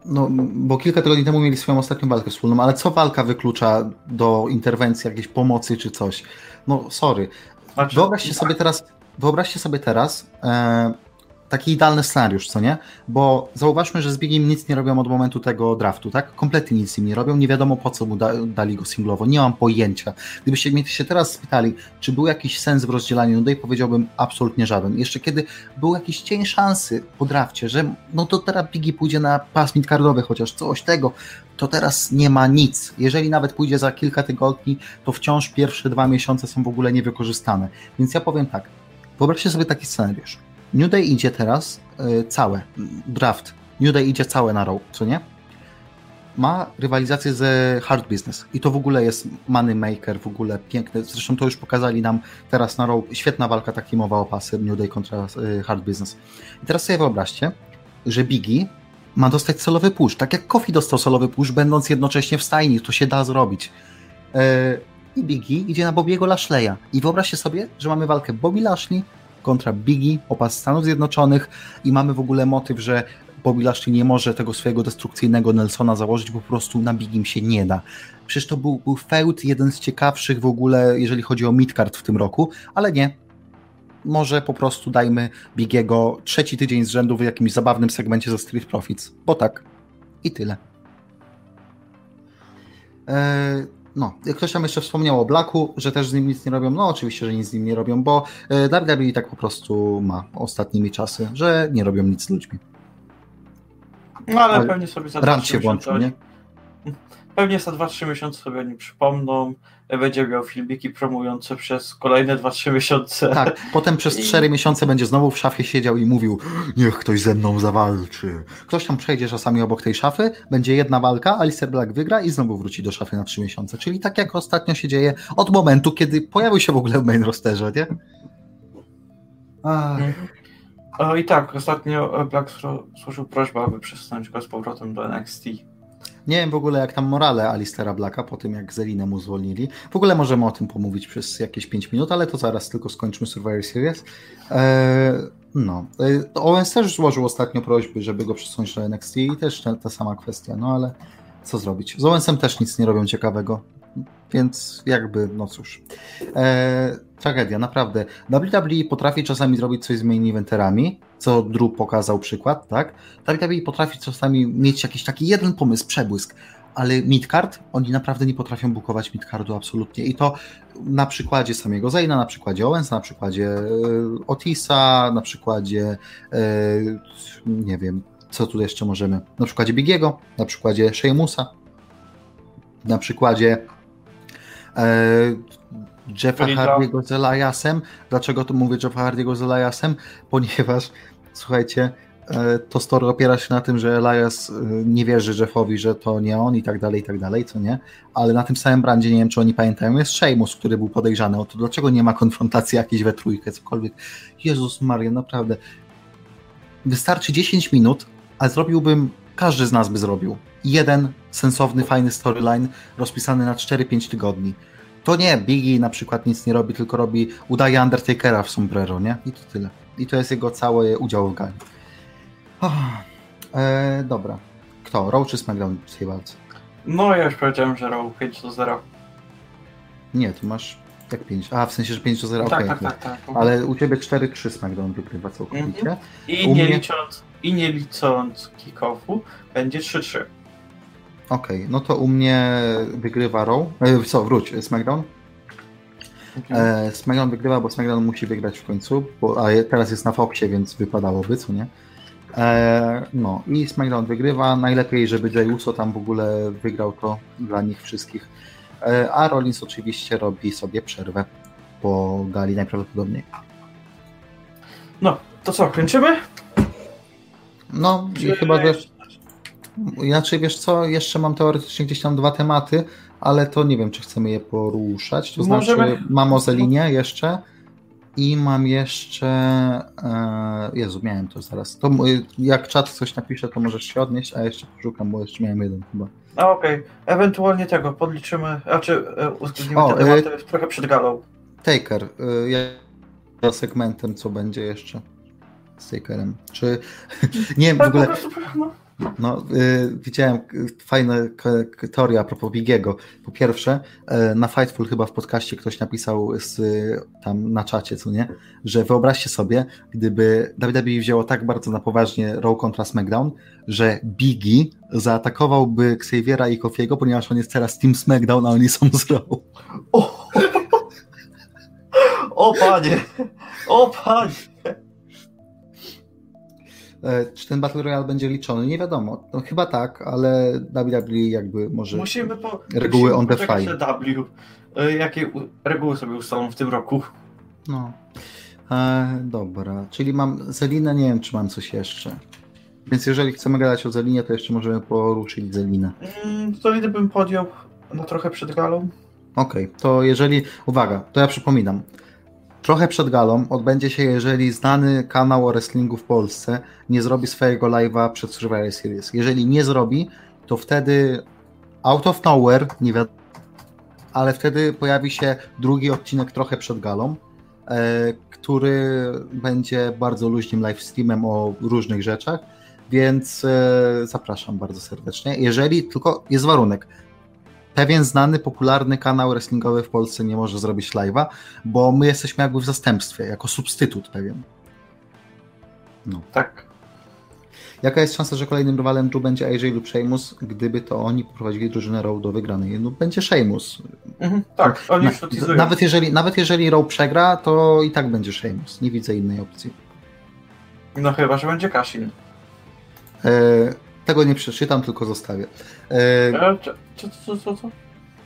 B: No, bo kilka tygodni temu mieli swoją ostatnią walkę wspólną, ale co walka wyklucza do interwencji, jakiejś pomocy czy coś? No, sorry.
C: Znaczy,
B: Wyobraźcie sobie teraz, wyobraźcie sobie teraz e, taki idealny scenariusz, co nie? Bo zauważmy, że z Bigiem nic nie robią od momentu tego draftu, tak? Kompletnie nic im nie robią, nie wiadomo po co mu da, dali go singlowo, nie mam pojęcia. Gdybyście mnie się teraz spytali, czy był jakiś sens w rozdzielaniu nudy, powiedziałbym absolutnie żaden. Jeszcze kiedy był jakiś cień szansy po drafcie, że no to teraz Biggie pójdzie na pas midcardowy, chociaż coś tego, to teraz nie ma nic. Jeżeli nawet pójdzie za kilka tygodni, to wciąż pierwsze dwa miesiące są w ogóle niewykorzystane. Więc ja powiem tak, wyobraźcie sobie taki scenariusz. New Day idzie teraz y, całe, draft. New Day idzie całe na Raw, co nie? Ma rywalizację z Hard Business i to w ogóle jest money maker, w ogóle piękne. Zresztą to już pokazali nam teraz na Raw. Świetna walka takimowa o pasy New Day kontra y, Hard Business. I teraz sobie wyobraźcie, że Biggie ma dostać solowy push, tak jak Kofi dostał solowy push, będąc jednocześnie w stajni, to się da zrobić. Yy, I Biggie idzie na Bobbiego Lashley'a. I wyobraźcie sobie, że mamy walkę Bobby Lashley kontra Biggie o pas Stanów Zjednoczonych i mamy w ogóle motyw, że Bobby Lashley nie może tego swojego destrukcyjnego Nelsona założyć, bo po prostu na Biggiem się nie da. Przecież to był, był feud, jeden z ciekawszych w ogóle, jeżeli chodzi o midcard w tym roku, ale nie. Może po prostu dajmy Biggiego trzeci tydzień z rzędu w jakimś zabawnym segmencie ze Street Profits, bo tak. I tyle. Eee, no, ktoś tam jeszcze wspomniał o Blacku, że też z nim nic nie robią. No oczywiście, że nic z nim nie robią, bo W W E tak po prostu ma ostatnimi czasy, że nie robią nic z ludźmi.
C: No ale, ale pewnie sobie za dwa
B: trzy miesiące włączył, nie?
C: Pewnie za dwa trzy miesiące sobie oni przypomną, będzie miał filmiki promujące przez kolejne dwa trzy miesiące.
B: Tak, potem przez cztery I... miesiące będzie znowu w szafie siedział i mówił, niech ktoś ze mną zawalczy. Ktoś tam przejdzie czasami obok tej szafy, będzie jedna walka, Aleister Black wygra i znowu wróci do szafy na trzy miesiące. Czyli tak jak ostatnio się dzieje od momentu, kiedy pojawił się w ogóle w main rosterze, nie? Ach.
C: O, i tak, ostatnio Black złożył prośbę, aby przesunąć go z powrotem do N X T.
B: Nie wiem w ogóle jak tam morale Alistera Blacka po tym jak Zelinę mu zwolnili. W ogóle możemy o tym pomówić przez jakieś pięć minut, ale to zaraz tylko skończmy Survivor Series. Eee, no. Eee, Owens też złożył ostatnio prośby, żeby go przesunąć do N X T i też ta, ta sama kwestia, no ale co zrobić? Z Owensem też nic nie robią ciekawego, więc jakby, no cóż. Eee, tragedia, naprawdę. W W W E potrafi czasami zrobić coś z main eventerami, co Drew pokazał przykład, tak? W W W E potrafi czasami mieć jakiś taki jeden pomysł, przebłysk, ale midcard, oni naprawdę nie potrafią bukować midcardu absolutnie i to na przykładzie samego Zayna, na przykładzie Owensa, na przykładzie e, Otisa, na przykładzie e, nie wiem, co tu jeszcze możemy, na przykładzie Biggiego, na przykładzie Sheamusa, na przykładzie e, Jeffa Hardy'ego z Eliasem. Dlaczego to mówię Jeffa Hardy'ego z Eliasem? Ponieważ, słuchajcie, to story opiera się na tym, że Elias nie wierzy Jeffowi, że to nie on i tak dalej, i tak dalej, co nie? Ale na tym samym brandzie, nie wiem czy oni pamiętają, jest Sheamus, który był podejrzany o to, dlaczego nie ma konfrontacji jakiejś we trójkę, cokolwiek. Jezus Maria, naprawdę. Wystarczy dziesięć minut, a zrobiłbym, każdy z nas by zrobił. Jeden sensowny, fajny storyline rozpisany na cztery pięć tygodni. To nie, Biggie na przykład nic nie robi, tylko robi, udaje Undertakera w sombrero, nie? I to tyle. I to jest jego cały udział w gali. Oh, e, dobra. Kto? Raw czy SmackDown w tej walce?
C: No ja już powiedziałem, że Raw pięć do zera.
B: Nie, tu masz jak pięć. A, w sensie, że pięć do zera,
C: tak,
B: okej.
C: Okay, tak, tak, tak.
B: Ale u ciebie cztery trzy SmackDown wygrywa całkowicie. Mm-hmm.
C: I, nie mnie... licząc, I nie licząc kick-offu będzie trzy trzy.
B: Okej, okay, no to u mnie wygrywa Raw. E, co, wróć, SmackDown? Okay. E, SmackDown wygrywa, bo SmackDown musi wygrać w końcu, bo, a teraz jest na Foxie, więc wypadałoby, co nie? E, no i SmackDown wygrywa. Najlepiej, żeby Jey Uso tam w ogóle wygrał to dla nich wszystkich. E, a Rollins oczywiście robi sobie przerwę po gali najprawdopodobniej.
C: No, to co, kończymy?
B: No, i chyba też. Inaczej, wiesz co, jeszcze mam teoretycznie gdzieś tam dwa tematy, ale to nie wiem, czy chcemy je poruszać. To Możemy... znaczy, mam o Zelinie jeszcze i mam jeszcze... E... Jezu, miałem to zaraz. To, jak czat coś napisze, to możesz się odnieść, a jeszcze poszukam, bo jeszcze miałem jeden chyba.
C: A okej, okay. Ewentualnie tego podliczymy, a czy e, uzgodnimy te tematy e... trochę przed galą.
B: Taker, e, ja segmentem, co będzie jeszcze z Takerem. Czy... nie wiem, w ogóle... No, y, widziałem fajna teoria a propos Bigiego. Po pierwsze, y, na Fightful chyba w podcaście ktoś napisał z, tam na czacie, co nie, że wyobraźcie sobie, gdyby W W E wzięło tak bardzo na poważnie Raw kontra SmackDown, że Biggie zaatakowałby Xaviera i Kofiego, ponieważ on jest teraz Team SmackDown, a oni są z Raw.
C: O, o panie! O panie!
B: Czy ten Battle Royale będzie liczony? Nie wiadomo. No, chyba tak, ale W W E jakby może
C: musimy po,
B: reguły
C: musimy
B: on the fly.
C: W, jakie reguły sobie ustalą w tym roku?
B: No. E, dobra, czyli mam Zelinę, nie wiem czy mam coś jeszcze. Więc jeżeli chcemy gadać o Zelinie, to jeszcze możemy poruszyć Zelinę.
C: Mm, to ile bym podjął na trochę przed galą?
B: Okej, okay, to jeżeli... Uwaga, to ja przypominam. Trochę przed galą odbędzie się, jeżeli znany kanał o wrestlingu w Polsce nie zrobi swojego live'a przed Survivor Series. Jeżeli nie zrobi, to wtedy out of nowhere, nie wiadomo, ale wtedy pojawi się drugi odcinek trochę przed galą, e, który będzie bardzo luźnym livestreamem o różnych rzeczach, więc e, zapraszam bardzo serdecznie. Jeżeli, tylko jest warunek, pewien znany, popularny kanał wrestlingowy w Polsce nie może zrobić live'a, bo my jesteśmy jakby w zastępstwie, jako substytut pewien. No.
C: Tak.
B: Jaka jest szansa, że kolejnym rywalem Drew będzie A J lub Sheamus, gdyby to oni poprowadzili drużynę Raw do wygranej? No będzie Sheamus.
C: Mhm, tak, oni już to teasują.
B: Nawet jeżeli, nawet jeżeli Raw przegra, to i tak będzie Sheamus. Nie widzę innej opcji.
C: No chyba, że będzie Cashin.
B: E, tego nie przeczytam, tylko zostawię. E,
C: e, co, co, co, co, co?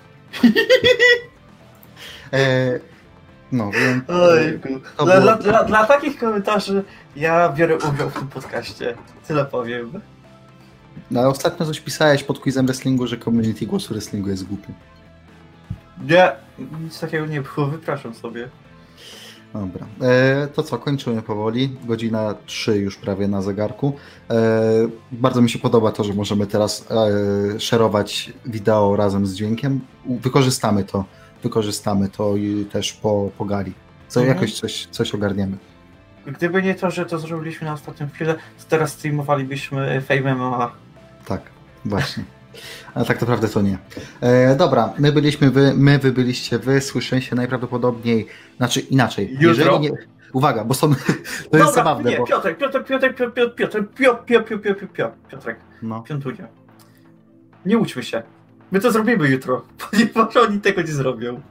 B: e, no, więc...
C: Ojku.
B: To
C: Dla,
B: było...
C: dla, dla, dla takich komentarzy ja biorę udział w tym podcaście. Tyle powiem.
B: No, ale ostatnio coś pisałeś pod quizem wrestlingu, że community głosu wrestlingu jest głupi.
C: Nie, nic takiego nie było, wypraszam sobie.
B: Dobra, e, to co, kończymy powoli, godzina trzy już prawie na zegarku. E, bardzo mi się podoba to, że możemy teraz e, szerować wideo razem z dźwiękiem. Wykorzystamy to, wykorzystamy to i też po, po gali. Co, mhm. Jakoś coś, coś ogarniemy.
C: Gdyby nie to, że to zrobiliśmy na ostatnią chwilę, to teraz streamowalibyśmy Fame M M A.
B: Tak, właśnie. Ale tak naprawdę to nie. E, dobra, my byliśmy wy, my wy byliście wy, słyszymy się najprawdopodobniej, znaczy inaczej.
C: Jutro.
B: Jeżeli nie, uwaga, bo są, to
C: Dobra,
B: jest zabawne.
C: Nie,
B: bo...
C: Piotrek, Piotrek, Piotrek, Piotrek, Piotrek, Piotrek, Piotrek, Piotrek, Piotrek, Piotrek,
B: no.
C: Piątunia. Nie łudźmy się. My to zrobimy jutro, ponieważ oni tego nie zrobią.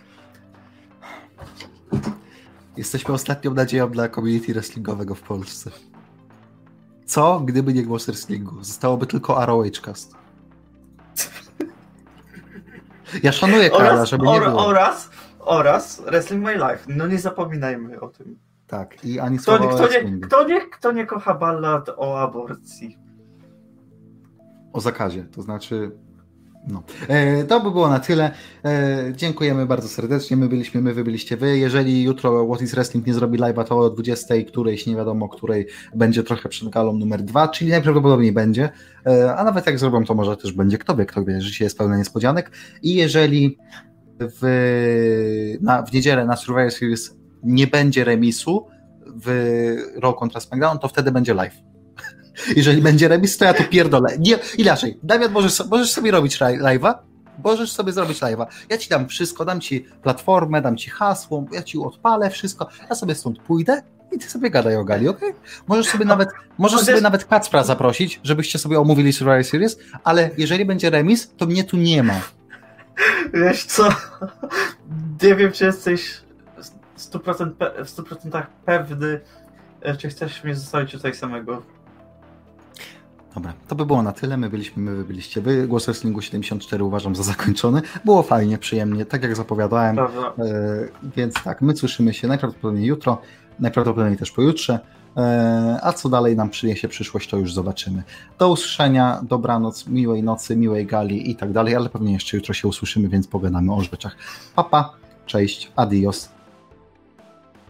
B: Jesteśmy ostatnią nadzieją dla community wrestlingowego w Polsce. Co, gdyby nie głos wrestlingu? Zostałoby tylko R O H Cast. Ja szanuję Karla, żeby nie było.
C: Oraz, oraz Wrestling My Life. No nie zapominajmy o tym.
B: Tak, i ani
C: Kto,
B: słowa
C: kto,
B: o
C: nie,
B: wrestlingu.
C: kto, nie, kto nie kocha ballad o aborcji?
B: O zakazie, to znaczy... No. E, to by było na tyle. E, dziękujemy bardzo serdecznie. My byliśmy my, wy byliście wy. Jeżeli jutro What is Wrestling nie zrobi live'a, to o dwudziestej którejś, nie wiadomo której, będzie trochę przed galą numer dwa, czyli najprawdopodobniej będzie. E, a nawet jak zrobią, to może też będzie. Kto wie, kto wie. Życie jest pełne niespodzianek. I jeżeli w, na, w niedzielę na Survivor Series nie będzie remisu w Raw kontra SmackDown, to wtedy będzie live. Jeżeli będzie remis, to ja to pierdolę. Nie, inaczej, Damian, możesz, możesz sobie robić live'a, możesz sobie zrobić live'a. Ja ci dam wszystko, dam ci platformę, dam ci hasło, ja ci odpalę wszystko, ja sobie stąd pójdę i ty sobie gadaj o gali, okej? Okay? Możesz sobie nawet, możesz sobie nawet Kacpra zaprosić, żebyście sobie omówili Survivor Series, ale jeżeli będzie remis, to mnie tu nie ma.
C: Wiesz co, nie wiem, czy jesteś w stu procentach pewny, czy chcesz mnie zostawić tutaj samego.
B: Dobra, to by było na tyle. My byliśmy, my wy byliście wy. Głos Wrestlingu siedemdziesiąt cztery uważam za zakończony. Było fajnie, przyjemnie, tak jak zapowiadałem. E, więc tak, my słyszymy się najprawdopodobniej jutro, najprawdopodobniej też pojutrze. E, a co dalej nam przyniesie przyszłość, to już zobaczymy. Do usłyszenia, dobranoc, miłej nocy, miłej gali i tak dalej, ale pewnie jeszcze jutro się usłyszymy, więc pogadamy o rzeczach. Pa, pa, cześć, adios.